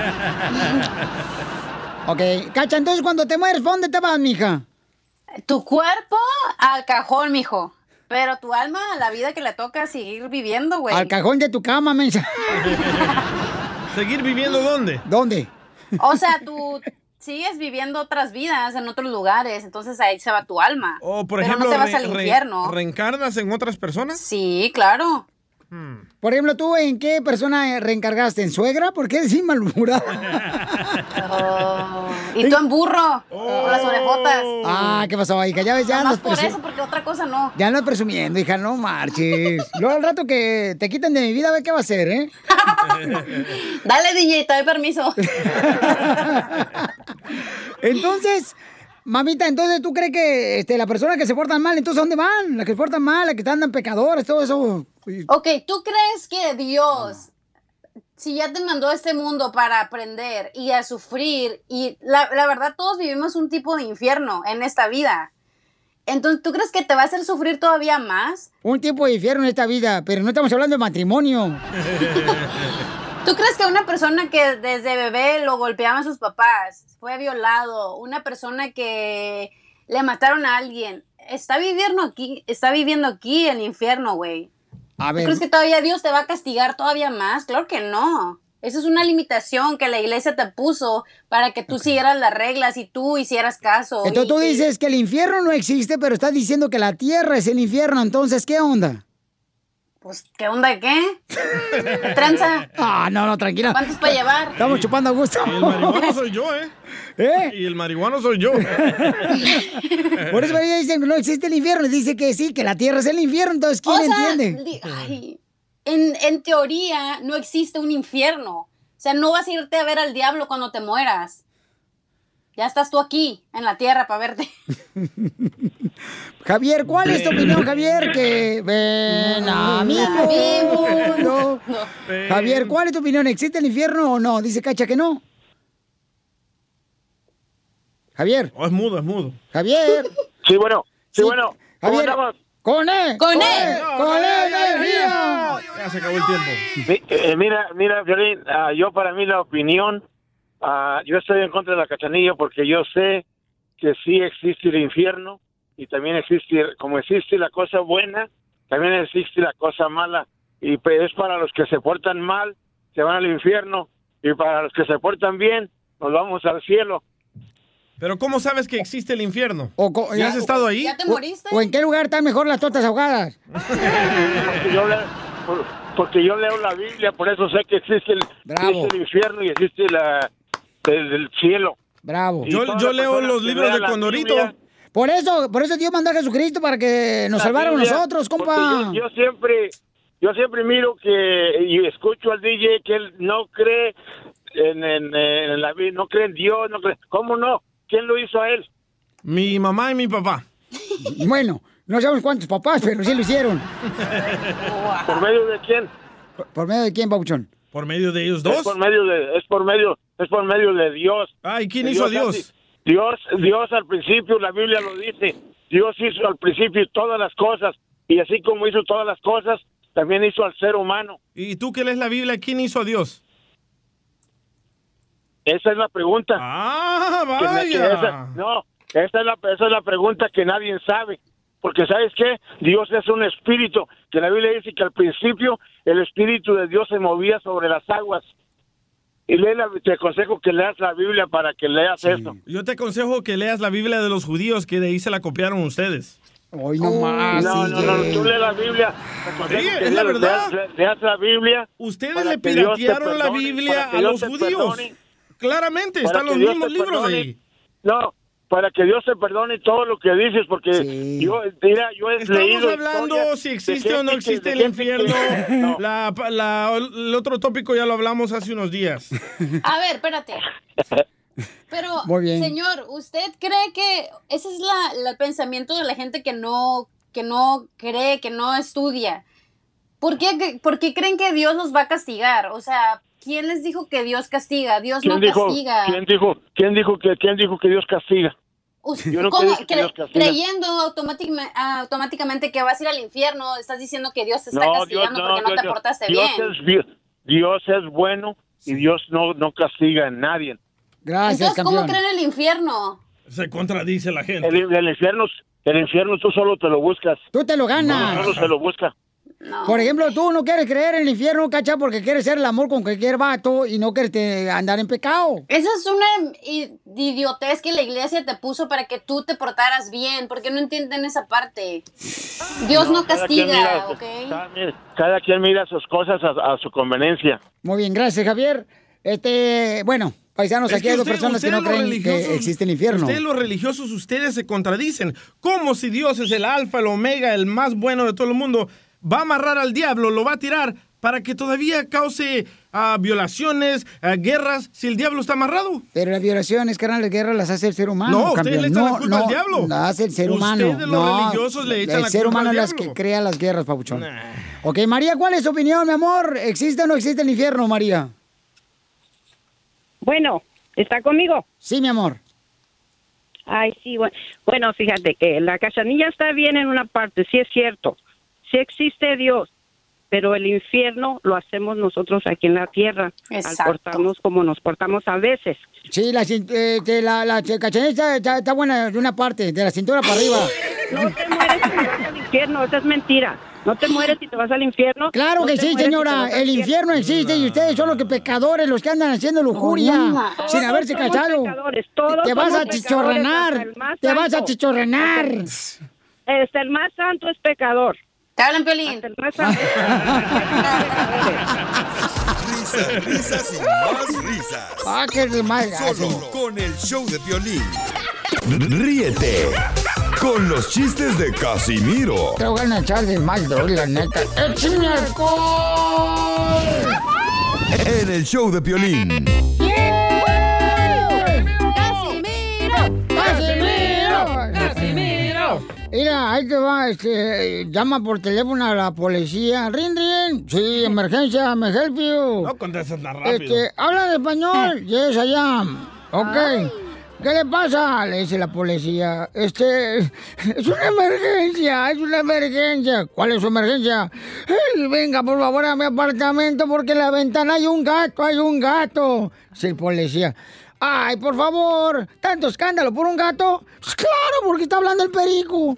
Ok, Cacha, entonces cuando te mueres, ¿dónde te vas, mija? Tu cuerpo al cajón, mijo. Pero tu alma a la vida que le toca seguir viviendo, güey. Al cajón de tu cama, mensa. ¿Seguir viviendo dónde? ¿Dónde? O sea, tú sigues viviendo otras vidas en otros lugares, entonces ahí se va tu alma. O, por pero ejemplo, no te vas al infierno. ¿reencarnas en otras personas? Sí, claro. Por ejemplo, ¿tú en qué persona reencargaste? ¿En suegra? ¿Por qué eres malhumorado? Y tú en burro, con las orejotas. Ah, ¿qué pasó, hija? Ya ves, ya más por eso, porque otra cosa no. Ya andas presumiendo, hija, no marches. Luego al rato que te quiten de mi vida, a ver qué va a hacer, ¿eh? Dale, DJ, te doy permiso. Entonces, mamita, entonces, ¿tú crees que la persona que se portan mal, entonces, ¿dónde van? Las que se portan mal, las que andan pecadores, todo eso. Ok, ¿tú crees que Dios, si ya te mandó a este mundo para aprender y a sufrir, y la verdad todos vivimos un tipo de infierno en esta vida, entonces, ¿tú crees que te va a hacer sufrir todavía más? Un tipo de infierno en esta vida, pero no estamos hablando de matrimonio. ¿Tú crees que una persona que desde bebé lo golpeaban sus papás, fue violado, una persona que le mataron a alguien, está viviendo aquí el infierno, güey? A ver. ¿Tú crees que todavía Dios te va a castigar todavía más? Claro que no. Eso es una limitación que la iglesia te puso para que tú siguieras las reglas y tú hicieras caso. Entonces tú dices que el infierno no existe, pero estás diciendo que la tierra es el infierno. Entonces, ¿qué onda? Pues, ¿qué onda qué? ¿Qué tranza? Ah, no, tranquila. ¿Cuántos para llevar? Estamos chupando a gusto. Y el marihuano soy yo, ¿eh? Y el marihuano soy yo. Por eso ella dice que no existe el infierno. Dice que sí, que la tierra es el infierno. Entonces, ¿quién entiende? Ay, en teoría no existe un infierno. O sea, no vas a irte a ver al diablo cuando te mueras. Ya estás tú aquí, en la tierra, para verte. Javier, ¿cuál es tu opinión, Javier? Que ven a mi mundo. Javier, ¿cuál es tu opinión? ¿Existe el infierno o no? Dice Cacha que no. Javier. Oh, es mudo. Javier. Sí, bueno. Javier. ¡Con él! ¡Con energía! Ya se acabó el tiempo. Mira, Violín, yo para mí la opinión, yo estoy en contra de la Cachanilla porque yo sé que sí existe el infierno y también existe, como existe la cosa buena, también existe la cosa mala. Y pues, es para los que se portan mal, se van al infierno, y para los que se portan bien, nos vamos al cielo. Pero ¿cómo sabes que existe el infierno? ¿Ya has estado ahí? ¿Ya te moriste? ¿O en qué lugar están mejor las tortas ahogadas? Porque yo leo la Biblia, por eso sé que existe el infierno y existe el cielo. Bravo. Yo leo los libros de Condorito. Biblia, por eso Dios mandó a Jesucristo para que nos salvara a nosotros, compa. Yo siempre miro y escucho al DJ que él no cree en la Biblia, no cree en Dios, no cree. ¿Cómo no? ¿Quién lo hizo a él? Mi mamá y mi papá. Bueno, no sabemos cuántos papás, pero sí lo hicieron. ¿Por medio de quién? ¿Por medio de quién, Pauchón? ¿Por medio de ellos dos? Es por medio de Dios. ¿Y quién hizo a Dios? Dios al principio, la Biblia lo dice. Dios hizo al principio todas las cosas. Y así como hizo todas las cosas, también hizo al ser humano. ¿Y tú que lees la Biblia, quién hizo a Dios? Esa es la pregunta. Vaya. Esa es la pregunta que nadie sabe. Porque ¿sabes qué? Dios es un espíritu. Que la Biblia dice que al principio el espíritu de Dios se movía sobre las aguas. Y te aconsejo que leas la Biblia para que leas eso. Yo te aconsejo que leas la Biblia de los judíos, que de ahí se la copiaron ustedes. Hoy no más. No, tú lees la Biblia. Sí, es la verdad. Leas la Biblia. Ustedes le piratearon la Biblia a los judíos. Claramente, están los mismos libros ahí. No, para que Dios te perdone todo lo que dices, porque yo he leído. Estamos hablando si existe o no existe el infierno. El otro tópico ya lo hablamos hace unos días. A ver, espérate. Pero, señor, ¿usted cree que ese es el pensamiento de la gente que no cree, que no estudia? ¿Por qué creen que Dios los va a castigar? O sea, ¿quién les dijo que Dios castiga? Dios no castiga. ¿Quién dijo que Dios castiga? Yo no creyendo automáticamente que vas a ir al infierno, estás diciendo que Dios te está castigando porque no te portaste bien. Dios es bueno y Dios no castiga a nadie. Gracias, entonces, campeón. ¿cómo creen en el infierno? Se contradice la gente. El infierno tú solo te lo buscas. Tú te lo ganas. Solo se lo busca. No. Por ejemplo, tú no quieres creer en el infierno, ¿cachai? Porque quieres hacer el amor con cualquier vato y no quieres andar en pecado. Esa es una idiotez que la iglesia te puso para que tú te portaras bien, porque no entienden esa parte. Dios no castiga, ¿ok? Cada quien mira sus cosas a su conveniencia. Muy bien, gracias, Javier. Bueno, paisanos, aquí hay dos personas que no creen que existe el infierno. Ustedes los religiosos, ustedes se contradicen. ¿Cómo si Dios es el alfa, el omega, el más bueno de todo el mundo? Va a amarrar al diablo, lo va a tirar para que todavía cause violaciones, guerras, si el diablo está amarrado. Pero las violaciones, carnal, las guerras las hace el ser humano. No, ustedes le echan la culpa al diablo. Las hace el ser humano. Ustedes los religiosos le echan la culpa al diablo. El ser humano es las que crea las guerras, papuchón. Ok, María, ¿cuál es tu opinión, mi amor? ¿Existe o no existe el infierno, María? Bueno, ¿está conmigo? Sí, mi amor. Ay, sí, bueno, fíjate que la Cachanilla está bien en una parte, sí es cierto. Sí existe Dios, pero el infierno lo hacemos nosotros aquí en la tierra. Exacto. Al portarnos como nos portamos a veces. Sí, la Cachanilla está buena de una parte, de la cintura para arriba. No te mueres si te vas al infierno, esa es mentira. No te mueres si te vas al infierno. Claro que sí, señora. El infierno existe y ustedes son los que pecadores, los que andan haciendo lujuria sin haberse casado. Te vas a chichorrenar. Te vas a chichorrenar. El más santo es pecador. Te hablan, Piolín. El más santo. Risas y más risas. Qué mal. Solo con el show de Piolín. Ríete con los chistes de Casimiro. Te voy a echar de mal, la neta. ¡Échame alcohol! En el show de Piolín. ¡Casimiro! Mira, ahí te va, llama por teléfono a la policía. ¡Rin, rin! Sí, emergencia, me help you. No contestes tan rápido. Habla de español. Yes, I am. Ok. Ay. ¿Qué le pasa? Le dice la policía. Es una emergencia, es una emergencia. ¿Cuál es su emergencia? Hey, venga, por favor, a mi apartamento porque en la ventana hay un gato. Dice el policía. Ay, por favor, ¿tanto escándalo por un gato? Pues claro, porque está hablando el perico.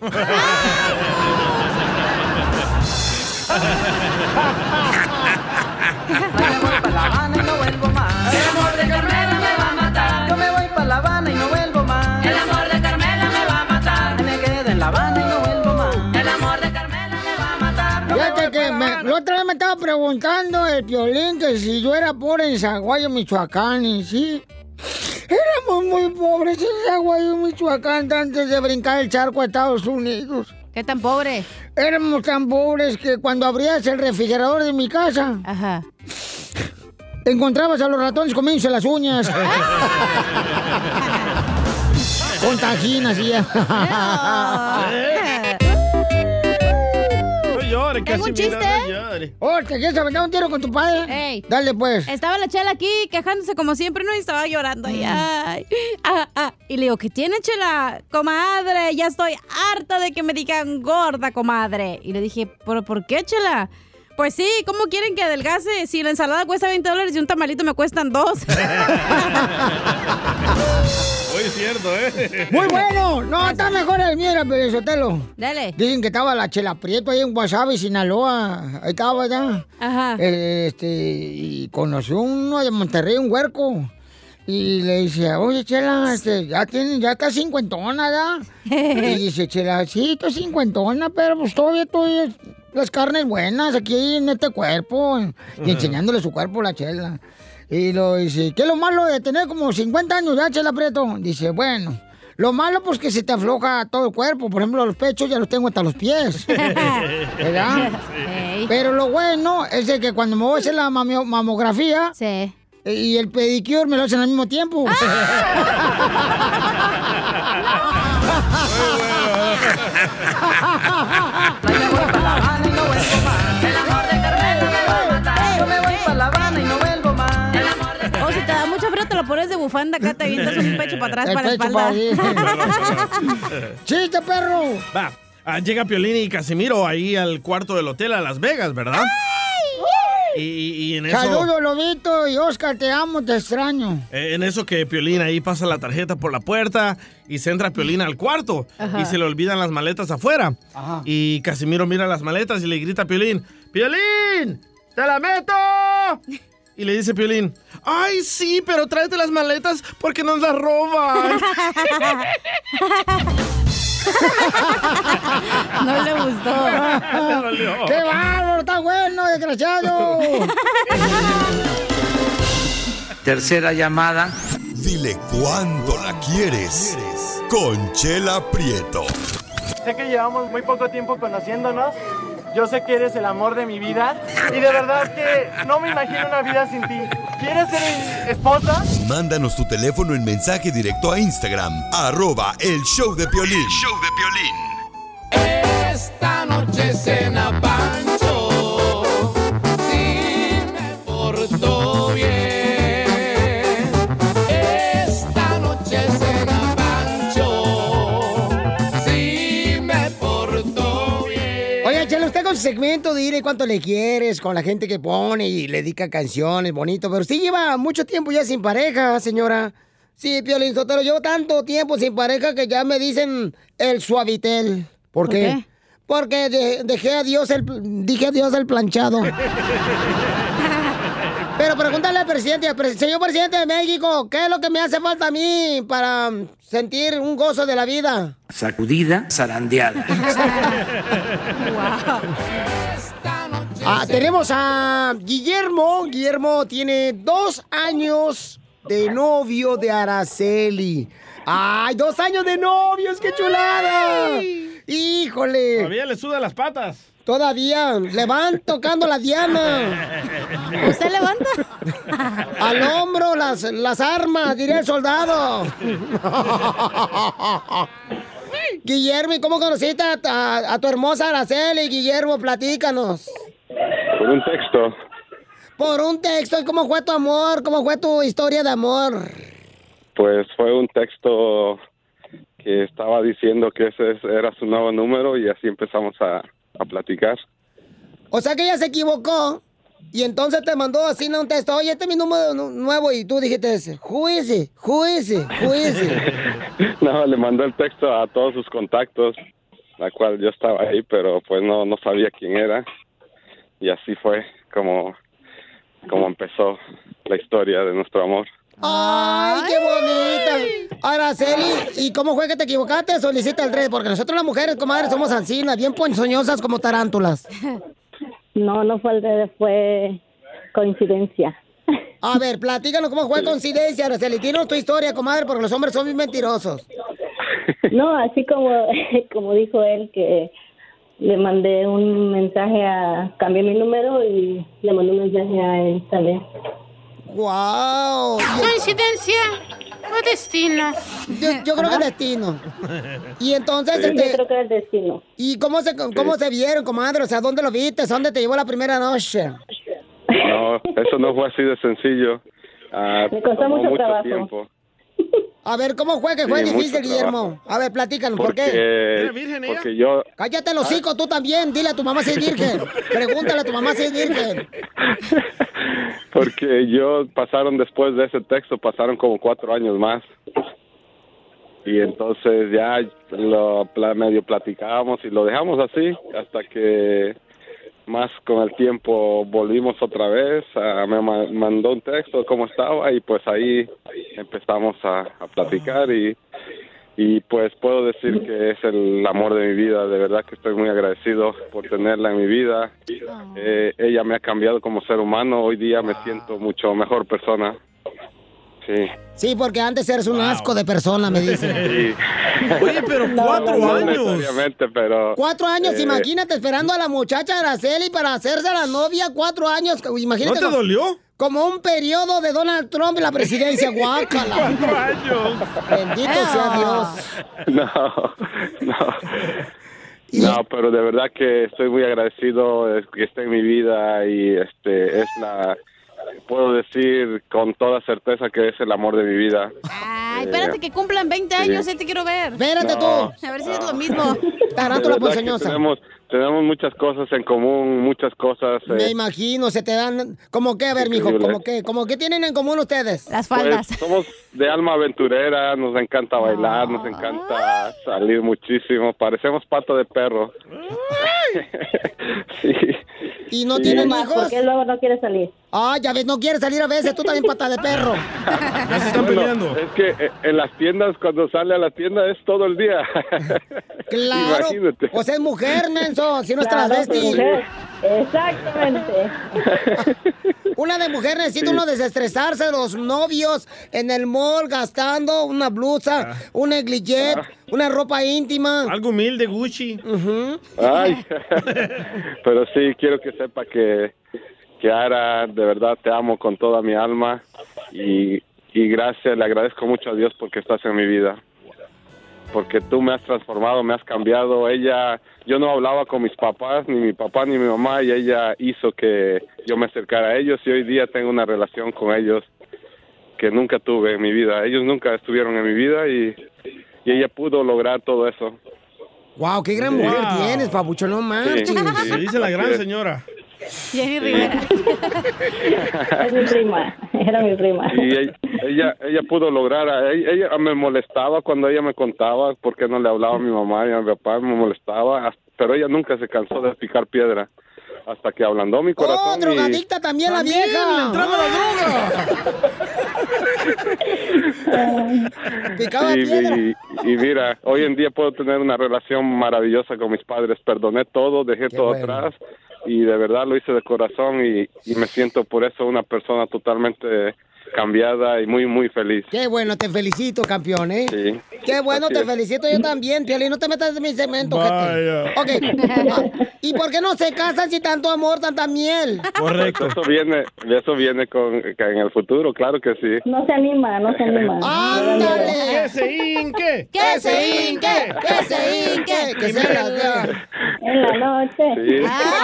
El amor de Carmela me va a matar. Yo me voy para La Habana y no vuelvo más. El amor de Carmela me va a matar. Me quedo en La Habana y no vuelvo más. El amor de Carmela me va a matar. Fíjate que la otra vez me estaba preguntando el Piolín que si yo era pobre en Zaguayo, Michoacán, y sí. Éramos muy pobres en Zaguayo, Michoacán, antes de brincar el charco a Estados Unidos. ¿Qué tan pobre? Éramos tan pobres que cuando abrías el refrigerador de mi casa... Ajá. Encontrabas a los ratones comiéndose las uñas. Con tajinas y ya. No llores, ¿Tengo un chiste? No llores. Oh, ¿te quieres aventar un tiro con tu padre? Ey. Dale, pues. Estaba la Chela aquí quejándose como siempre, ¿no? Y estaba llorando. Y, ay. Y le digo, ¿qué tiene, Chela? Comadre, ya estoy harta de que me digan gorda, comadre. Y le dije, ¿pero por qué, Chela? Pues sí, ¿cómo quieren que adelgace si la ensalada cuesta $20 y un tamalito me cuestan 2? Muy cierto, ¿eh? Muy bueno. No, está mejor el mío, Pelín Sotelo. Dale. Dicen que estaba la Chela Prieto ahí en Guasave, Sinaloa. Ahí estaba ya. Ajá. Y conoció uno de Monterrey, un huerco. Y le dice, oye, Chela, ya está cincuentona, ¿ya? Y dice, Chela, sí, estoy cincuentona, pero pues todavía estoy... Las carnes buenas aquí en este cuerpo. Y enseñándole su cuerpo a la Chela. Y lo dice, ¿qué es lo malo de tener como 50 años ya, Chela Prieto? Dice, bueno, lo malo pues que se te afloja todo el cuerpo. Por ejemplo, los pechos ya los tengo hasta los pies. ¿Verdad? Sí. Pero lo bueno es de que cuando me voy a hacer la mamografía... Sí. Y el pedicure me lo hacen al mismo tiempo. El amor de Carmela me va a matar. Yo me voy para La Habana y no vuelvo más. El amor de O si te da mucho frío, te lo pones de bufanda acá, te avientas un pecho para atrás para la espalda. ¡Chiste, perro! Va, llega Piolín y Casimiro ahí al cuarto del hotel a Las Vegas, ¿verdad? Y en eso... Saludos, Lobito, y Oscar, te amo, te extraño. En eso que Piolín ahí pasa la tarjeta por la puerta y se entra Piolín al cuarto. Ajá. Y se le olvidan las maletas afuera. Ajá. Y Casimiro mira las maletas y le grita a Piolín, ¡Piolín! ¡Te la meto! Y le dice Piolín, ¡ay, sí, pero tráete las maletas porque nos las roban! No le gustó. ¡Qué bárbaro! ¡Está bueno, desgraciado! Tercera llamada. Dile cuándo la quieres. Conchela Prieto. Sé que llevamos muy poco tiempo conociéndonos. Yo sé que eres el amor de mi vida. Y de verdad que no me imagino una vida sin ti. ¿Quieres ser mi esposa? Mándanos tu teléfono en mensaje directo a Instagram. @El Show de Piolín. El Show de Piolín. Esta noche cena Pancho. Si me porto bien. Esta noche cena Pancho. Si me porto bien. Oye, Chela, usted con su segmento de dile cuánto le quieres, con la gente que pone y le dedica canciones, bonito, pero usted lleva mucho tiempo ya sin pareja, señora. Sí, Piolín Sotelo, llevo tanto tiempo sin pareja que ya me dicen el Suavitel. ¿Por qué? Porque dije adiós al planchado. Pero pregúntale al presidente, señor presidente de México, ¿qué es lo que me hace falta a mí para sentir un gozo de la vida? Sacudida, zarandeada. Tenemos a Guillermo. Guillermo tiene 2 años de novio de Araceli. ¡Ay, 2 años de novios! ¡Qué chulada! ¡Híjole! Todavía le suda las patas. Todavía, le van tocando la diana. ¿Usted levanta? Al hombro las armas, diría el soldado. Guillermo, ¿y cómo conociste a tu hermosa Araceli? Guillermo, platícanos. Por un texto. Por un texto, ¿y cómo fue tu amor? ¿Cómo fue tu historia de amor? Pues fue un texto que estaba diciendo que ese era su nuevo número y así empezamos a platicar. O sea que ella se equivocó y entonces te mandó así un texto. Oye, este es mi número nuevo y tú dijiste, juice. No, le mandó el texto a todos sus contactos, la cual yo estaba ahí, pero pues no sabía quién era. Y así fue como empezó la historia de nuestro amor. ¡Ay, qué bonita! Araceli, ¿y cómo fue que te equivocaste? Solicita el 3, porque nosotros las mujeres, comadre, somos ancinas, bien ponzoñosas como tarántulas. No fue el 3, fue coincidencia. A ver, platícanos cómo fue coincidencia, Araceli. Tíranos tu historia, comadre, porque los hombres son bien mentirosos. No, así como dijo él, que le mandé un mensaje cambié mi número y le mandé un mensaje a él también. ¡Wow! ¿Coincidencia o destino? Yo creo que es destino. Y entonces... Sí. Yo creo que es destino. ¿Y cómo se vieron, comadre? O sea, ¿dónde lo viste? ¿Dónde te llevó la primera noche? No, eso no fue así de sencillo. Me costó mucho trabajo. Tiempo. A ver, ¿cómo fue que fue difícil, Guillermo? A ver, platícanos, ¿por qué? ¿Era virgen ella? Porque yo... Cállate el hocico, tú también. Dile a tu mamá si es virgen. Pregúntale a tu mamá si es virgen. Porque después de ese texto, pasaron como 4 años más. Y entonces ya medio platicábamos y lo dejamos así, hasta que más con el tiempo volvimos otra vez. Me mandó un texto de cómo estaba y pues ahí empezamos a platicar y pues puedo decir que es el amor de mi vida. De verdad que estoy muy agradecido por tenerla en mi vida. Ella me ha cambiado como ser humano. Hoy día me siento mucho mejor persona. Sí. Sí, porque antes eres un asco de persona, me dicen. Sí. Oye, pero 4 años. Obviamente, pero... 4 años, imagínate, esperando a la muchacha Araceli para hacerse la novia, 4 años. Imagínate. ¿No te dolió? Como un periodo de Donald Trump en la presidencia, guácala. 4 años. Bendito sea Dios. No, pero de verdad que estoy muy agradecido que esté en mi vida y puedo decir con toda certeza que es el amor de mi vida. Ay, espérate que cumplan 20 años, te quiero ver. Espérate tú. A ver si es lo mismo. Tarántula ponzoñosa. Tenemos muchas cosas en común, muchas cosas. Me imagino, se te dan... ¿Cómo qué? A ver, mijo, ¿cómo qué? ¿Cómo qué tienen en común ustedes? Las faldas. Pues, somos de alma aventurera, nos encanta bailar, nos encanta salir muchísimo. Parecemos pato de perro. Sí. ¿Y no tienen hijos? ¿Por qué luego no quiere salir? Ah, ya ves, no quiere salir a veces, tú también pata de perro. Ya se están peleando. Es que en las tiendas, cuando sale a la tienda, es todo el día. Claro. Imagínate. O sea, es mujer, menso, si no es transvesti. Exactamente. Una de mujer necesita uno desestresarse de los novios en el mall gastando una blusa, un negligé, una ropa íntima. Algo humilde, Gucci. Ay, pero sí, quiero que sepa que Ara, de verdad te amo con toda mi alma y gracias, le agradezco mucho a Dios porque estás en mi vida. Porque tú me has transformado, me has cambiado. Yo no hablaba con mis papás, ni mi papá ni mi mamá, y ella hizo que yo me acercara a ellos y hoy día tengo una relación con ellos que nunca tuve en mi vida. Ellos nunca estuvieron en mi vida y ella pudo lograr todo eso. Wow, qué gran mujer tienes, papucho, no manches. Sí. Se dice la gran señora. Jenny Rivera. Es mi prima, era mi prima. Y ella pudo lograr, ella me molestaba cuando ella me contaba por qué no le hablaba a mi mamá y a mi papá, me molestaba, pero ella nunca se cansó de picar piedra. Hasta que ablandó mi corazón. ¡Oh, drogadicta también la vieja! ¡Entraba la droga! Picaba piedra. Y mira, hoy en día puedo tener una relación maravillosa con mis padres. Perdoné todo, dejé todo atrás y de verdad lo hice de corazón y me siento por eso una persona totalmente cambiada y muy, muy feliz. Qué bueno, te felicito, campeón, ¿eh? Sí. Qué bueno, Así te es. felicito yo también, Piolín. No te metas en mi cemento, gente. Ok. ¿Y por qué no se casan si tanto amor, tanta miel? Correcto. Eso viene en el futuro, claro que sí. No se anima. ¡Ándale! ¡Que se hinque! ¡Que se hinque! ¡Que se hinque! ¡Que se la... En la noche. Sí.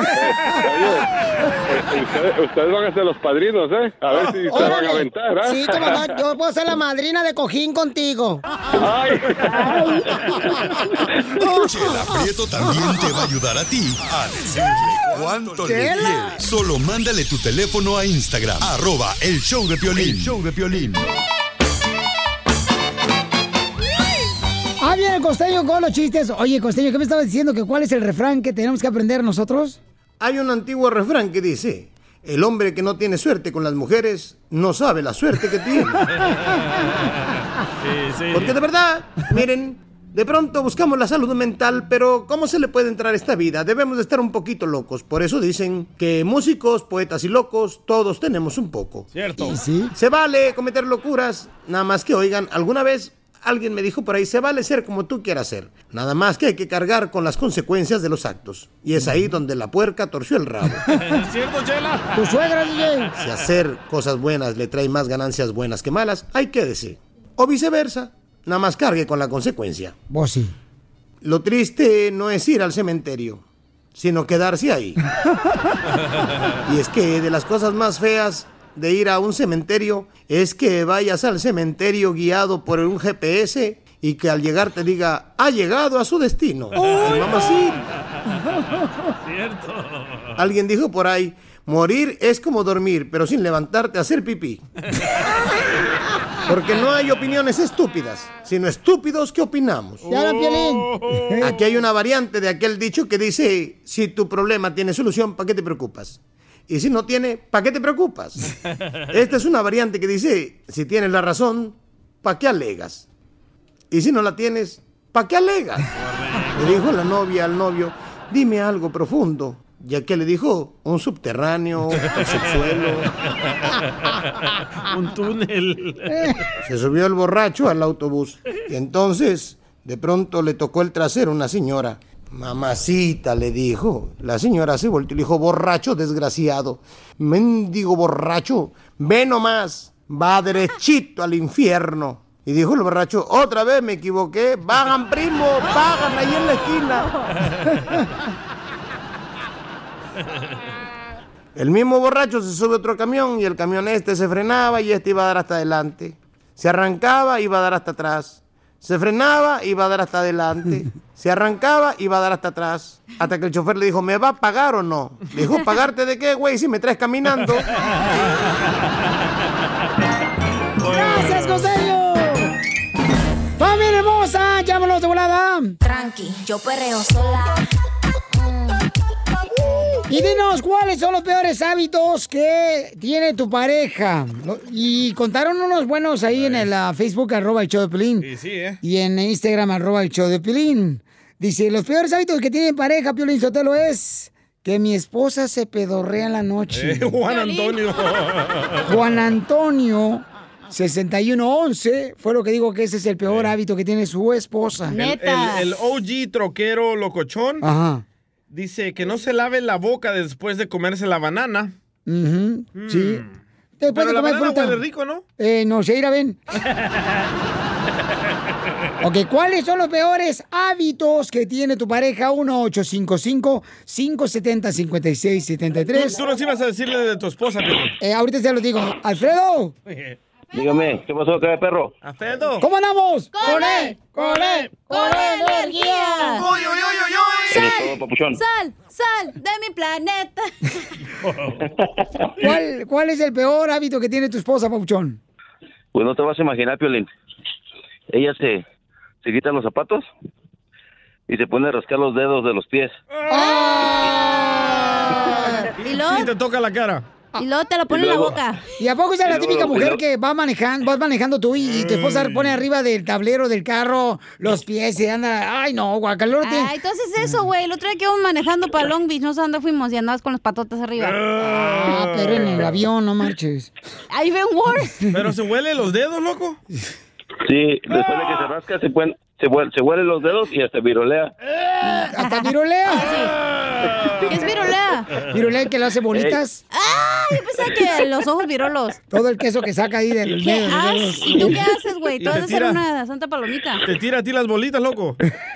Oye, ustedes van a ser los padrinos, ¿eh? A ver si se van a aventar, ¿eh? Sí, como no, yo puedo ser la madrina de cojín contigo. Ay. Chela Prieto también te va a ayudar a ti a decirle cuánto le Chela. quieres. Solo mándale tu teléfono a Instagram, @el show de Piolín. El show de Piolín. Ah, viene el Costeño con los chistes. Oye, Costeño, ¿qué me estabas diciendo? ¿Que cuál es el refrán que tenemos que aprender nosotros? Hay un antiguo refrán que dice: el hombre que no tiene suerte con las mujeres no sabe la suerte que tiene. Porque de verdad, miren, de pronto buscamos la salud mental, pero ¿cómo se le puede entrar a esta vida? Debemos de estar un poquito locos. Por eso dicen que músicos, poetas y locos, todos tenemos un poco. Cierto. ¿Sí? Se vale cometer locuras, nada más que, oigan, alguna vez alguien me dijo por ahí, se vale ser como tú quieras ser. Nada más que hay que cargar con las consecuencias de los actos. Y es ahí donde la puerca torció el rabo. ¿Cierto, Chela? ¿Tu suegra, DJ? Si hacer cosas buenas le trae más ganancias buenas que malas, ahí quédese. O viceversa, nada más cargue con la consecuencia. Vos sí. Lo triste no es ir al cementerio, sino quedarse ahí. Y es que de las cosas más feas de ir a un cementerio es que vayas al cementerio guiado por un GPS y que al llegar te diga, ha llegado a su destino. Ay, mamacita. Cierto. Alguien dijo por ahí, morir es como dormir, pero sin levantarte a hacer pipí. Porque no hay opiniones estúpidas, sino estúpidos que opinamos. ¡Ya la Piolín! Aquí hay una variante de aquel dicho que dice, si tu problema tiene solución, ¿para qué te preocupas? Y si no tiene, ¿para qué te preocupas? Esta es una variante que dice, si tienes la razón, ¿para qué alegas? Y si no la tienes, ¿para qué alegas? Le dijo la novia al novio, dime algo profundo. Y aquel le dijo, un subterráneo, un subsuelo. Un túnel. Se subió el borracho al autobús. Y entonces, de pronto le tocó el trasero a una señora. Mamacita, le dijo. La señora se volteó y le dijo, borracho desgraciado. Mendigo borracho, ve nomás, va derechito al infierno. Y dijo el borracho, otra vez me equivoqué. Bajan, primo, bajan ahí en la esquina. El mismo borracho se sube a otro camión y el camión se frenaba y iba a dar hasta adelante. Se arrancaba y iba a dar hasta atrás. Se frenaba y iba a dar hasta adelante. Se arrancaba y iba a dar hasta atrás. Hasta que el chofer le dijo, ¿me va a pagar o no? Le dijo, ¿pagarte de qué, güey? Si me traes caminando. ¡Gracias, Costeño! ¡Familia hermosa! ¡Llámanos de volada! Tranqui, yo perreo sola. Y dinos, ¿cuáles son los peores hábitos que tiene tu pareja? Y contaron unos buenos ahí en el Facebook, @el show de Piolín. Sí, ¿eh? Y en Instagram, @el show de Piolín. Dice, los peores hábitos que tiene pareja, Piolín Sotelo, es que mi esposa se pedorrea en la noche. Juan Antonio. Juan Antonio, 6111, fue lo que digo que ese es el peor hábito que tiene su esposa. Neta. El OG troquero locochón. Ajá. Dice que no se lave la boca después de comerse la banana. Sí. Después Pero de la comer banana fruta. huele rico, ¿no? No sé, ven. Ok, ¿cuáles son los peores hábitos que tiene tu pareja? 1-855-570-5673. Tú nos ibas a decirle de tu esposa, Piolín. Ahorita se lo digo. ¡Alfredo! Dígame, ¿qué pasó acá, perro? ¡Alfredo! ¿Cómo andamos? ¡Con él! ¡Energía! ¡Uy, uy, uy, uy, uy! Eso es todo, papuchón. Sal de mi planeta. ¿Cuál es el peor hábito que tiene tu esposa, Pauchón? Pues no te vas a imaginar, Piolín. Ella se quita los zapatos y se pone a rascar los dedos de los pies. ¿Y te toca la cara? Y luego te lo pone en la boca. ¿Y a poco es la luego- típica y mujer luego- que vas manejando tú y tu esposa pone arriba del tablero del carro los pies y anda... Ay, no, guacalorte. Ay, entonces eso, güey. El otro día que íbamos manejando para Long Beach, no sé dónde fuimos y andabas con las patotas arriba. Ah, pero en el avión, no marches. Ahí ven worse. ¿Pero se huele los dedos, loco? Sí, después de que se rasca, se huelen los dedos y hasta virolea. ¿Hasta virolea? ¿Qué es virolea? ¿Virolea que lo hace bolitas? ¡Ah! Yo pensaba que los ojos virolos. Todo el queso que saca ahí del ¿Qué dedo. haces? ¿Y tú qué haces, güey? Y Tú te vas a hacer tira. una santa palomita. Te tira a ti las bolitas, loco.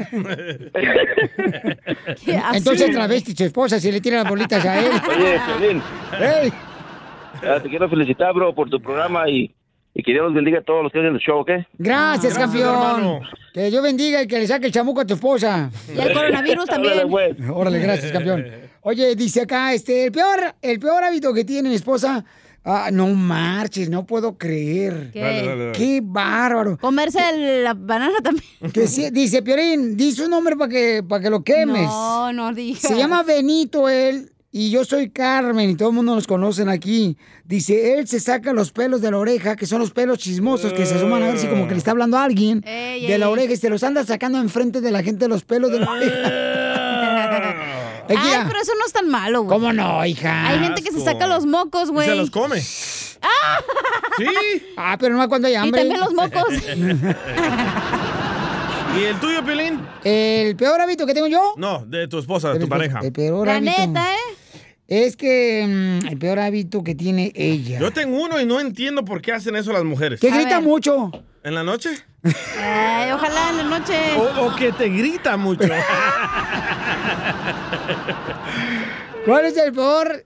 ¿Qué haces? Entonces travesti su esposa si le tira las bolitas a él. Oye, Piolín, ¡Ey! te quiero felicitar, bro, por tu programa y que Dios los bendiga a todos los que hacen el show, ¿ok? Gracias, campeón. hermano. Que Dios bendiga y que le saque el chamuco a tu esposa. Y el coronavirus también. Órale, gracias, campeón. Oye, dice acá, el peor hábito que tiene mi esposa. No marches, no puedo creer. ¿Qué? Dale. Qué bárbaro. Comerse la banana también. Que sí, dice Piolín, dice un nombre para que lo quemes. No digas. Se llama Benito él y yo soy Carmen y todo el mundo nos conocen aquí. Dice, él se saca los pelos de la oreja, que son los pelos chismosos que se asoman a ver si como que le está hablando a alguien de la oreja y se los anda sacando enfrente de la gente los pelos de la oreja. Ay, pero eso no es tan malo, güey. ¿Cómo no, hija? Hay gente que se saca los mocos, güey. Y se los come. ¡Ah! Sí. Pero no cuando hay hambre. Y también los mocos. ¿Y el tuyo, Piolín? ¿El peor hábito que tengo yo? No, de tu esposa, de tu pareja. El peor La hábito. neta, Es que el peor hábito que tiene ella. Yo tengo uno y no entiendo por qué hacen eso las mujeres. Que grita mucho. ¿En la noche? Ay, ojalá en la noche. O que te grita mucho. ¿Cuál es el peor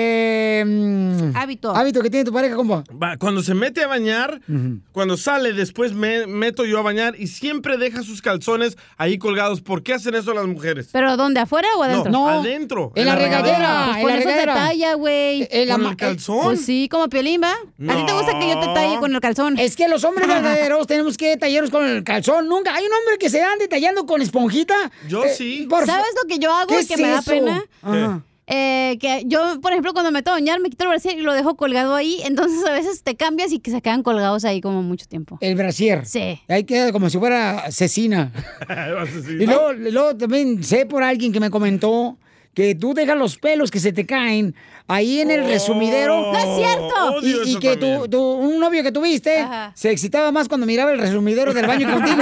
hábito que tiene tu pareja, compa? Cuando se mete a bañar, cuando sale, después me meto yo a bañar y siempre deja sus calzones ahí colgados. ¿Por qué hacen eso las mujeres? ¿Pero dónde? ¿Afuera o adentro? No, adentro. En la regadera. Pues por eso te talla, güey. ¿Con el calzón? Pues sí, como Piolín, ¿va? ¿A ti te gusta que yo te talle con el calzón? Es que los hombres verdaderos tenemos que tallarnos con el calzón. Nunca hay un hombre que se ande tallando con esponjita. Yo sí. ¿Sabes lo que yo hago ¿Qué y que es me da eso? pena? Ajá. Que yo, por ejemplo, cuando me meto a bañar, me quito el brasier y lo dejo colgado ahí. Entonces a veces te cambias y que se quedan colgados ahí como mucho tiempo. El brasier. Sí. Ahí queda como si fuera asesina. Y luego también sé por alguien que me comentó que tú dejas los pelos que se te caen ahí en el resumidero. ¡No es cierto! Y que un novio que tuviste se excitaba más cuando miraba el resumidero del baño contigo.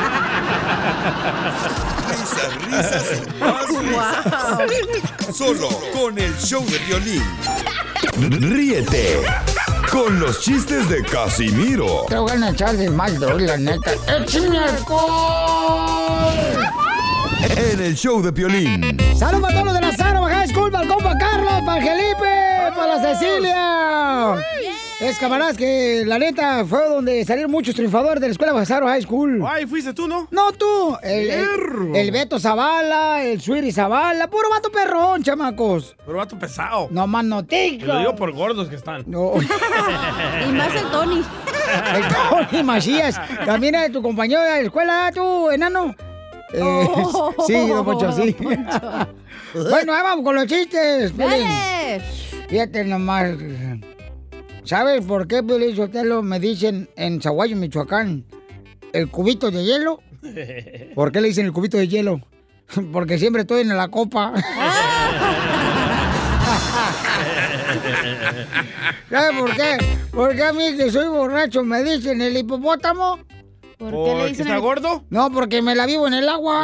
Risas y más risas. Solo con el show de Piolín. Ríete con los chistes de Casimiro Te voy a echar de mal, la neta. ¡Échame alcohol! en el show de Piolín. ¡Saludos para todos los de la Zara High School! ¡Para el compa Carlos! ¡Para el Felipe! ¡Para la Cecilia! Es camaradas que la neta fue donde salieron muchos triunfadores de la escuela Bazaro High School. Ay, fuiste tú, ¿no? No, tú. El Beto Zavala, el Suiri Zavala. Puro vato perrón, chamacos. Pero vato pesado. No más noticas. Lo digo por gordos que están. No. Y más el Tony. El Tony Macías. También es tu compañero de la escuela, tú, enano. Sí, don Poncho, sí. Bueno, ahí vamos con los chistes. ¡Dale! Fíjate nomás. ¿Sabes por qué, Piolín Sotelo, me dicen en Zaguayo, Michoacán, el cubito de hielo? ¿Por qué le dicen el cubito de hielo? Porque siempre estoy en la copa. ¿Sabes por qué? Porque a mí que soy borracho me dicen el hipopótamo. ¿Por qué le dicen está gordo? No, porque me la vivo en el agua.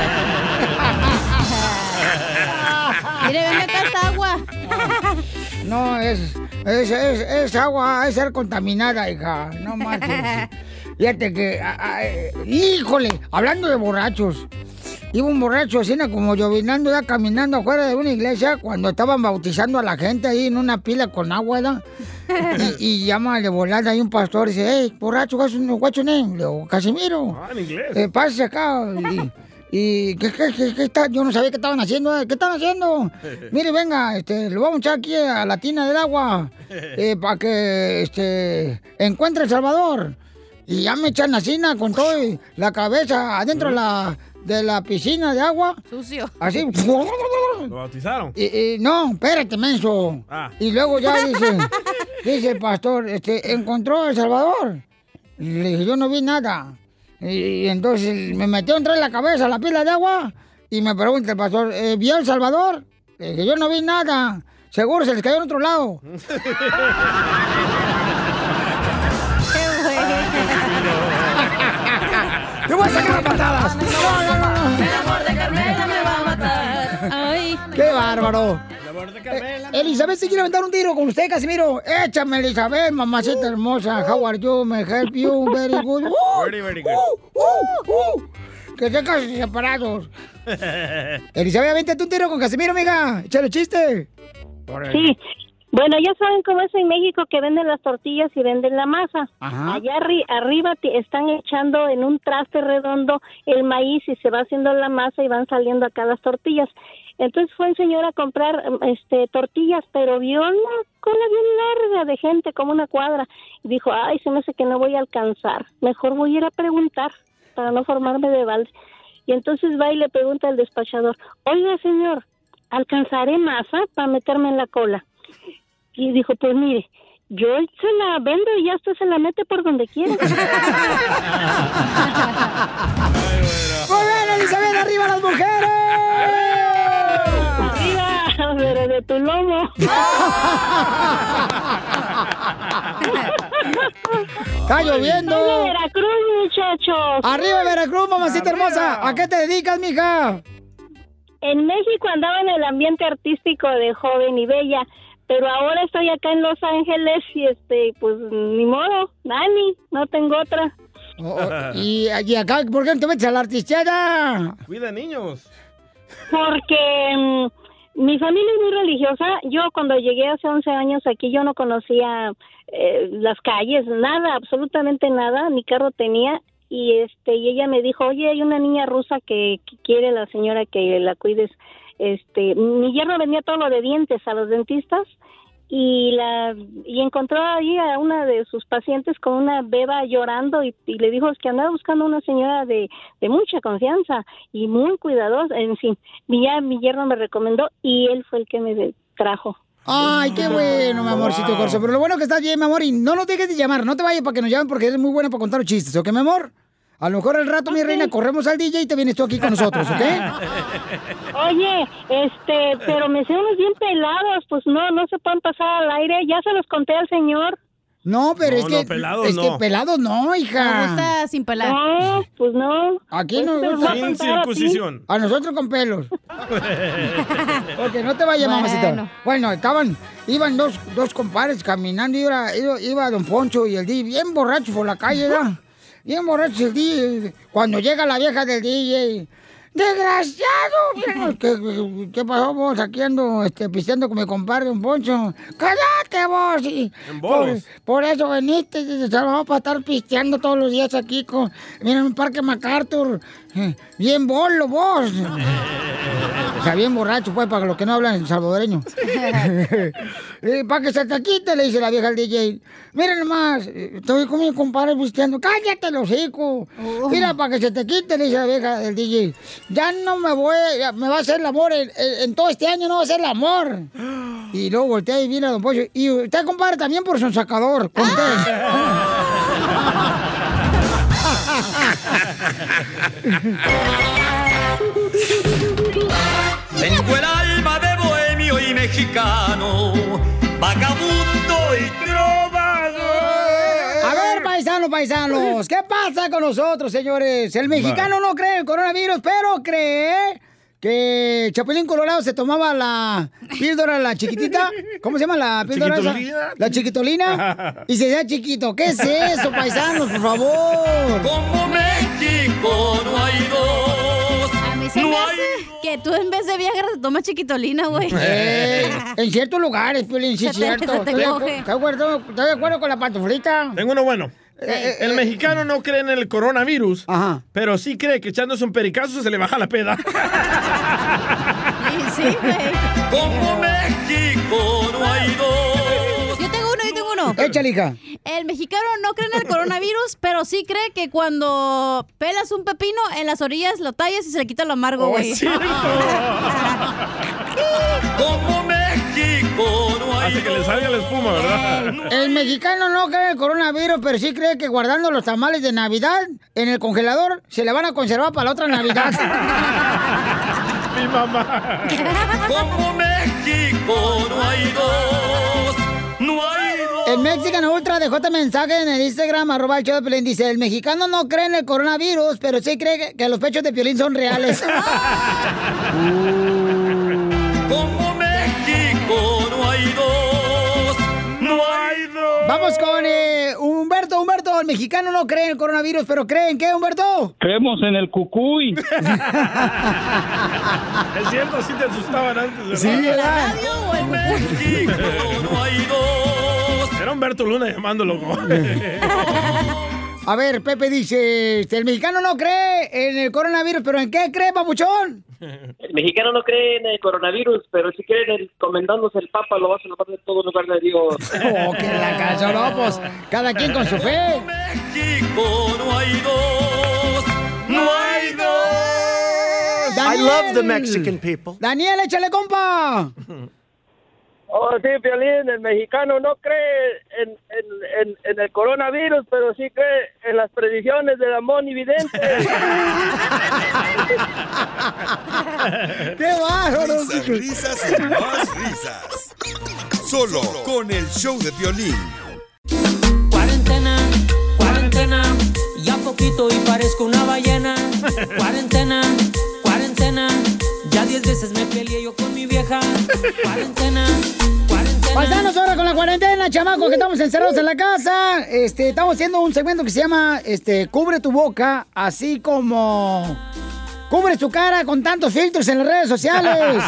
Mire, venga acá esta agua. No, es agua, es ser contaminada, hija. No manches. Fíjate que, híjole, hablando de borrachos. Iba un borracho así como llovinando, ya caminando afuera de una iglesia cuando estaban bautizando a la gente ahí en una pila con agua, ¿verdad? Y llama de volada ahí un pastor y dice, hey, borracho, what's your name? Le digo, Casimiro. Ah, en inglés. Pásese acá. ¿Y qué está? Yo no sabía qué estaban haciendo. ¿Qué están haciendo? Mire, venga, lo vamos a echar aquí a la tina del agua para que encuentre El Salvador. Y ya me echan la cina con todo y la cabeza adentro de la piscina de agua. Sucio. Así. ¿Lo bautizaron? No, espérate, menso. Y luego ya dice el pastor, encontró a El Salvador. Y le dije, yo no vi nada. Y entonces me metió entre la cabeza la pila de agua y me pregunta el pastor, ¿vio El Salvador? Le dije, yo no vi nada. Seguro se les cayó en otro lado. ¡Te voy a sacar a patadas! ¡No! El amor de Carmela me va a matar. ¡Ay! ¡Qué bárbaro! El amor de Carmela. Elizabeth, si quiere aventar un tiro con usted, Casimiro. Échame, Elizabeth, mamacita hermosa. How are you? Me help you. Very good. Very good. Que se casen separados. Elizabeth, avéntate un tiro con Casimiro, amiga. Échale chiste. Sí. Bueno, ya saben cómo es en México que venden las tortillas y venden la masa. Ajá. Allá arriba están echando en un traste redondo el maíz y se va haciendo la masa y van saliendo acá las tortillas. Entonces fue el señor a comprar tortillas, pero vio una cola bien larga de gente, como una cuadra. Y dijo, ay, se me hace que no voy a alcanzar. Mejor voy a ir a preguntar para no formarme de balde. Y entonces va y le pregunta al despachador, oiga, señor, ¿alcanzaré masa para meterme en la cola? Y dijo, pues mire, yo se la vendo y ya usted se la mete por donde quiera. ¡Muy bien, Elizabeth! ¡Arriba las mujeres! ¡Arriba! Pero de tu lomo. ¡Está lloviendo! ¡Arriba Veracruz, muchachos! ¡Arriba Veracruz, mamacita hermosa! ¿A qué te dedicas, mija? En México andaba en el ambiente artístico de joven y bella, pero ahora estoy acá en Los Ángeles y pues ni modo, Dani, no tengo otra. Y acá, ¿por qué no te metes a la artisteada? Cuida niños. Porque mi familia es muy religiosa. Yo cuando llegué hace 11 años aquí, yo no conocía las calles, nada, absolutamente nada, ni carro tenía. Y ella me dijo, oye, hay una niña rusa que quiere la señora que la cuides. Mi yerno vendía todo lo de dientes a los dentistas y encontró ahí a una de sus pacientes con una beba llorando y le dijo que andaba buscando una señora de mucha confianza y muy cuidadosa. En fin, mi yerno me recomendó y él fue el que me trajo. Ay, qué bueno, mi amorcito Corso. Pero lo bueno que estás bien, mi amor, y no nos dejes de llamar, no te vayas para que nos llamen porque eres muy buena para contar los chistes, ¿ok, mi amor? A lo mejor al rato, mi reina, corremos al DJ y te vienes tú aquí con nosotros, ¿ok? Oye, pero me sé unos bien pelados, pues no se pueden pasar al aire, ya se los conté al señor. No, pero No, es que... no, pelados es no. que pelados no, hija. Me gusta sin pelar. No, pues no. Aquí nos gusta. Sin circuncisión. A nosotros con pelos. Ok, no te vayas, mamacita. Bueno, iban dos compadres caminando, iba Don Poncho y el DJ bien borracho por la calle, ¿verdad? Bien borracho el DJ. Cuando llega la vieja del DJ, ¡desgraciado! ¿Qué pasó vos? Aquí ando pisteando con mi compadre Don Poncho. ¡Cállate vos! En bolos. Por eso veniste, se vamos para estar pisteando todos los días aquí en un parque MacArthur. Bien bolo vos. O sea, bien borracho, pues, para los que no hablan salvadoreño. Para que se te quite, le dice la vieja al DJ. Miren nomás, estoy con mi compadre pisteando. ¡Cállate, los hijos! Mira, para que se te quite, le dice la vieja del DJ. Ya no me va a hacer el amor. En todo este año no va a hacer el amor. Y luego voltea y viene a Don Poncho. Y usted, compadre, también por su sacador. Con Tengo el alma de bohemio y mexicano, vagabundo y trovador. A ver, paisanos, ¿qué pasa con nosotros, señores? El mexicano no cree en el coronavirus, pero cree que Chapulín Colorado se tomaba la píldora, la chiquitita. ¿Cómo se llama la píldora esa? La chiquitolina. Y se hacía chiquito. ¿Qué es eso, paisanos, por favor? Como México no hay dos. A mí se me hace que tú en vez de Viagra te tomas chiquitolina, güey. En ciertos lugares, Piolín, sí es cierto. Se te coge. ¿Estás de acuerdo con la pantuflita? Tengo uno bueno. El mexicano no cree en el coronavirus, pero sí cree que echándose un pericazo se le baja la peda. Sí, güey. Como México no hay dos. Yo tengo uno. Échale, hija. El mexicano no cree en el coronavirus, pero sí cree que cuando pelas un pepino, en las orillas lo tallas y se le quita lo amargo, güey. Como México no hay. Hace que le salga la espuma, ¿verdad? El mexicano no cree en el coronavirus, pero sí cree que guardando los tamales de Navidad en el congelador se le van a conservar para la otra Navidad. Mi mamá. Como México no hay dos. No hay dos. El Mexicano Ultra dejó este mensaje en el Instagram, @el show de Piolín. Dice, el mexicano no cree en el coronavirus, pero sí cree que los pechos de Piolín son reales. Como México no hay dos. No hay dos. Vamos con Humberto. Humberto, el mexicano no cree en el coronavirus, pero ¿cree en qué, Humberto? Creemos en el cucuy. Es cierto, sí te asustaban antes, ¿verdad? Sí, ¿verdad? México no hay dos. Era Humberto Luna llamándolo. A ver, Pepe dice, el mexicano no cree en el coronavirus, pero ¿en qué cree, papuchón? El mexicano no cree en el coronavirus, pero sí cree en el comendándose el Papa, lo va a salvar de todo lugar de Dios. Oh, que la canción, no, pues, cada quien con su fe. México no hay dos. No hay dos. Daniel. I love the Mexican people. Daniel, échale, compa. Oh, sí, Piolín, el mexicano no cree en el coronavirus, pero sí cree en las predicciones de la Moni Vidente. ¡Qué bárbaro! Risas, risas y más risas. Solo con el show de Piolín. Cuarentena, cuarentena, ya poquito y parezco una ballena. Cuarentena, cuarentena, ya 10 veces me peleé yo con mi vieja. Cuarentena, cuarentena. Pasanos ahora con la cuarentena, chamacos, que estamos encerrados en la casa. Estamos haciendo un segmento que se llama Cubre tu boca, así como cubre tu cara con tantos filtros en las redes sociales.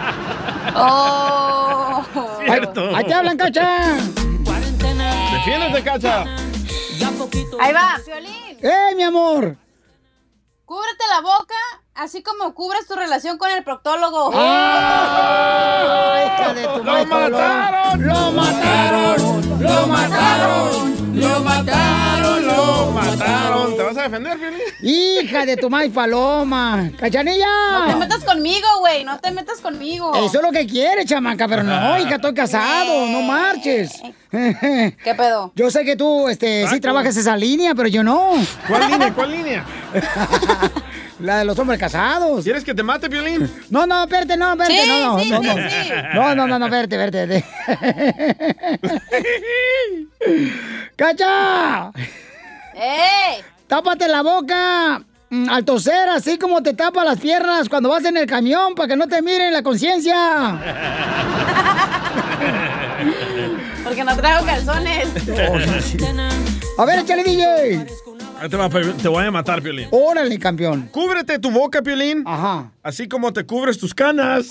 ¡Oh! Cierto. Ahí te hablan, Cacha. Defiéndete, Cacha. Ahí va, Piolín. Mi amor! Cúbrete la boca, así como cubres tu relación con el proctólogo. ¡Ay, hija de tu ¡Lo mataron! ¡Lo mataron! ¡Lo mataron! ¡Lo mataron! ¡Lo mataron! ¿Te vas a defender, Piolín? ¡Hija de tu maíz paloma! ¡Cachanilla! No te metas conmigo, güey. No te metas conmigo. Eso es lo que quiere, chamaca, pero no, hija, estoy casado, no marches. ¿Qué pedo? Yo sé que tú, sí trabajas esa línea, pero yo no. ¿Cuál línea? ¿Cuál línea? La de los hombres casados. ¿Quieres que te mate, Piolín? No, espérate, no, espérate, Sí, no, sí, no, sí, no. sí. No, espérate. ¡Cacha! ¡Ey! Tápate la boca al toser, así como te tapas las piernas cuando vas en el camión, para que no te miren la conciencia. Porque no traigo calzones. A ver, échale, DJ. Ahí te voy a matar, Piolín. Órale, campeón. Cúbrete tu boca, Piolín. Ajá. Así como te cubres tus canas.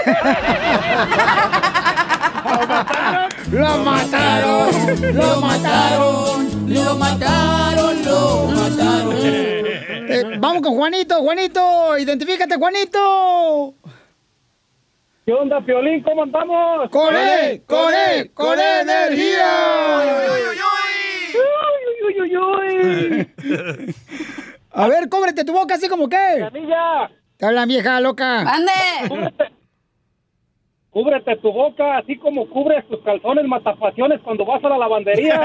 ¡Lo mataron! ¡Lo mataron! ¡Lo mataron! ¡Lo mataron! Vamos con Juanito. Juanito, identifícate, Juanito. ¿Qué onda, Piolín? ¿Cómo andamos? ¡Con energía! A ver, cúbrete tu boca así como que. ¡Camilla! Te hablan, vieja loca. ¡Ande! Cúbrete tu boca, así como cubres tus calzones matapasiones cuando vas a la lavandería.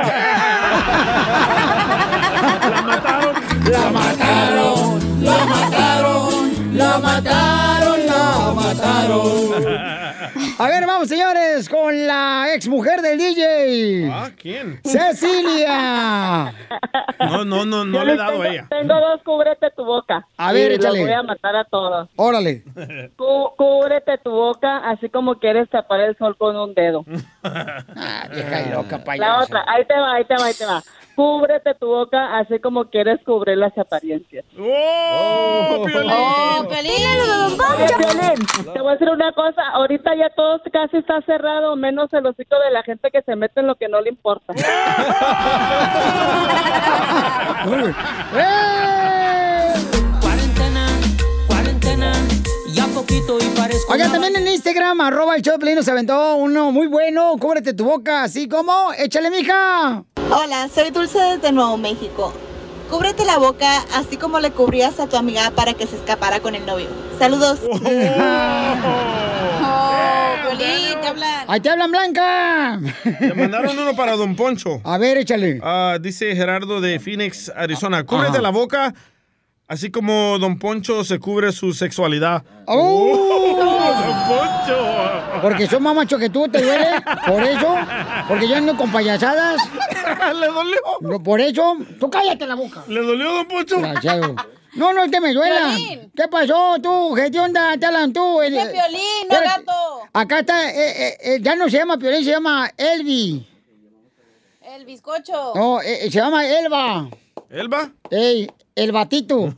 La mataron. ¡La mataron! ¡La mataron! ¡La mataron! ¡La mataron! A ver, vamos, señores, con la exmujer del DJ. ¿Quién? ¡Cecilia! No le he dado a ella. Tengo dos, cúbrete tu boca. A ver, échale. Los voy a matar a todos. Órale. Cúbrete tu boca, así como quieres tapar el sol con un dedo. Vieja loca, La payasa. otra, ahí te va. Cúbrete tu boca, así como quieres cubrir las apariencias. ¡Oh, Piolín! ¡Oh, Piolín! Oye, Piolín, te voy a decir una cosa. Ahorita ya todo casi está cerrado, menos el hocico de la gente que se mete en lo que no le importa. Cuarentena, cuarentena, ya poquito poquito y parezco Oiga, una también en Instagram, @el_show_de_piolín, nos aventó uno muy bueno. Cúbrete tu boca, así como, échale, mija. Hola, soy Dulce desde Nuevo México. Cúbrete la boca así como le cubrías a tu amiga para que se escapara con el novio. Saludos. Piolín, te hablan. ¡Ahí te hablan, Blanca! Le mandaron uno para Don Poncho. A ver, échale. Dice Gerardo de Phoenix, Arizona. Cúbrete la boca, así como Don Poncho se cubre su sexualidad. ¡Oh! ¡Don Poncho! Porque soy más macho que tú, ¿te duele? ¿Por eso? Porque yo ando con payasadas. ¿Le dolió? No, por eso, tú cállate la boca. ¿Le dolió, Don Poncho? Desgraciado. No, no es que me duela. Piolín. ¿Qué pasó tú? ¿Qué onda? Te hablan tú. ¿Qué Piolín, no gato? Acá está, ya no se llama Piolín, se llama Elvi. El bizcocho. No, se llama Elba. ¿Elba? Ey, el batito.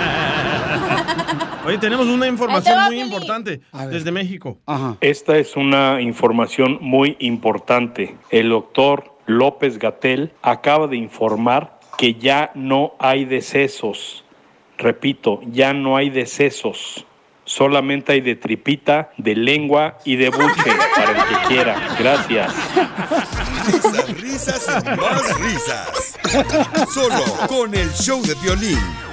Oye, tenemos una información va, muy Piolín. importante desde México. Ajá. Esta es una información muy importante. El doctor López-Gatell acaba de informar que ya no hay decesos. Repito, ya no hay decesos. Solamente hay de tripita, de lengua y de buche, para el que quiera. Gracias. Risas, risas y más risas. Solo con el show de Piolín.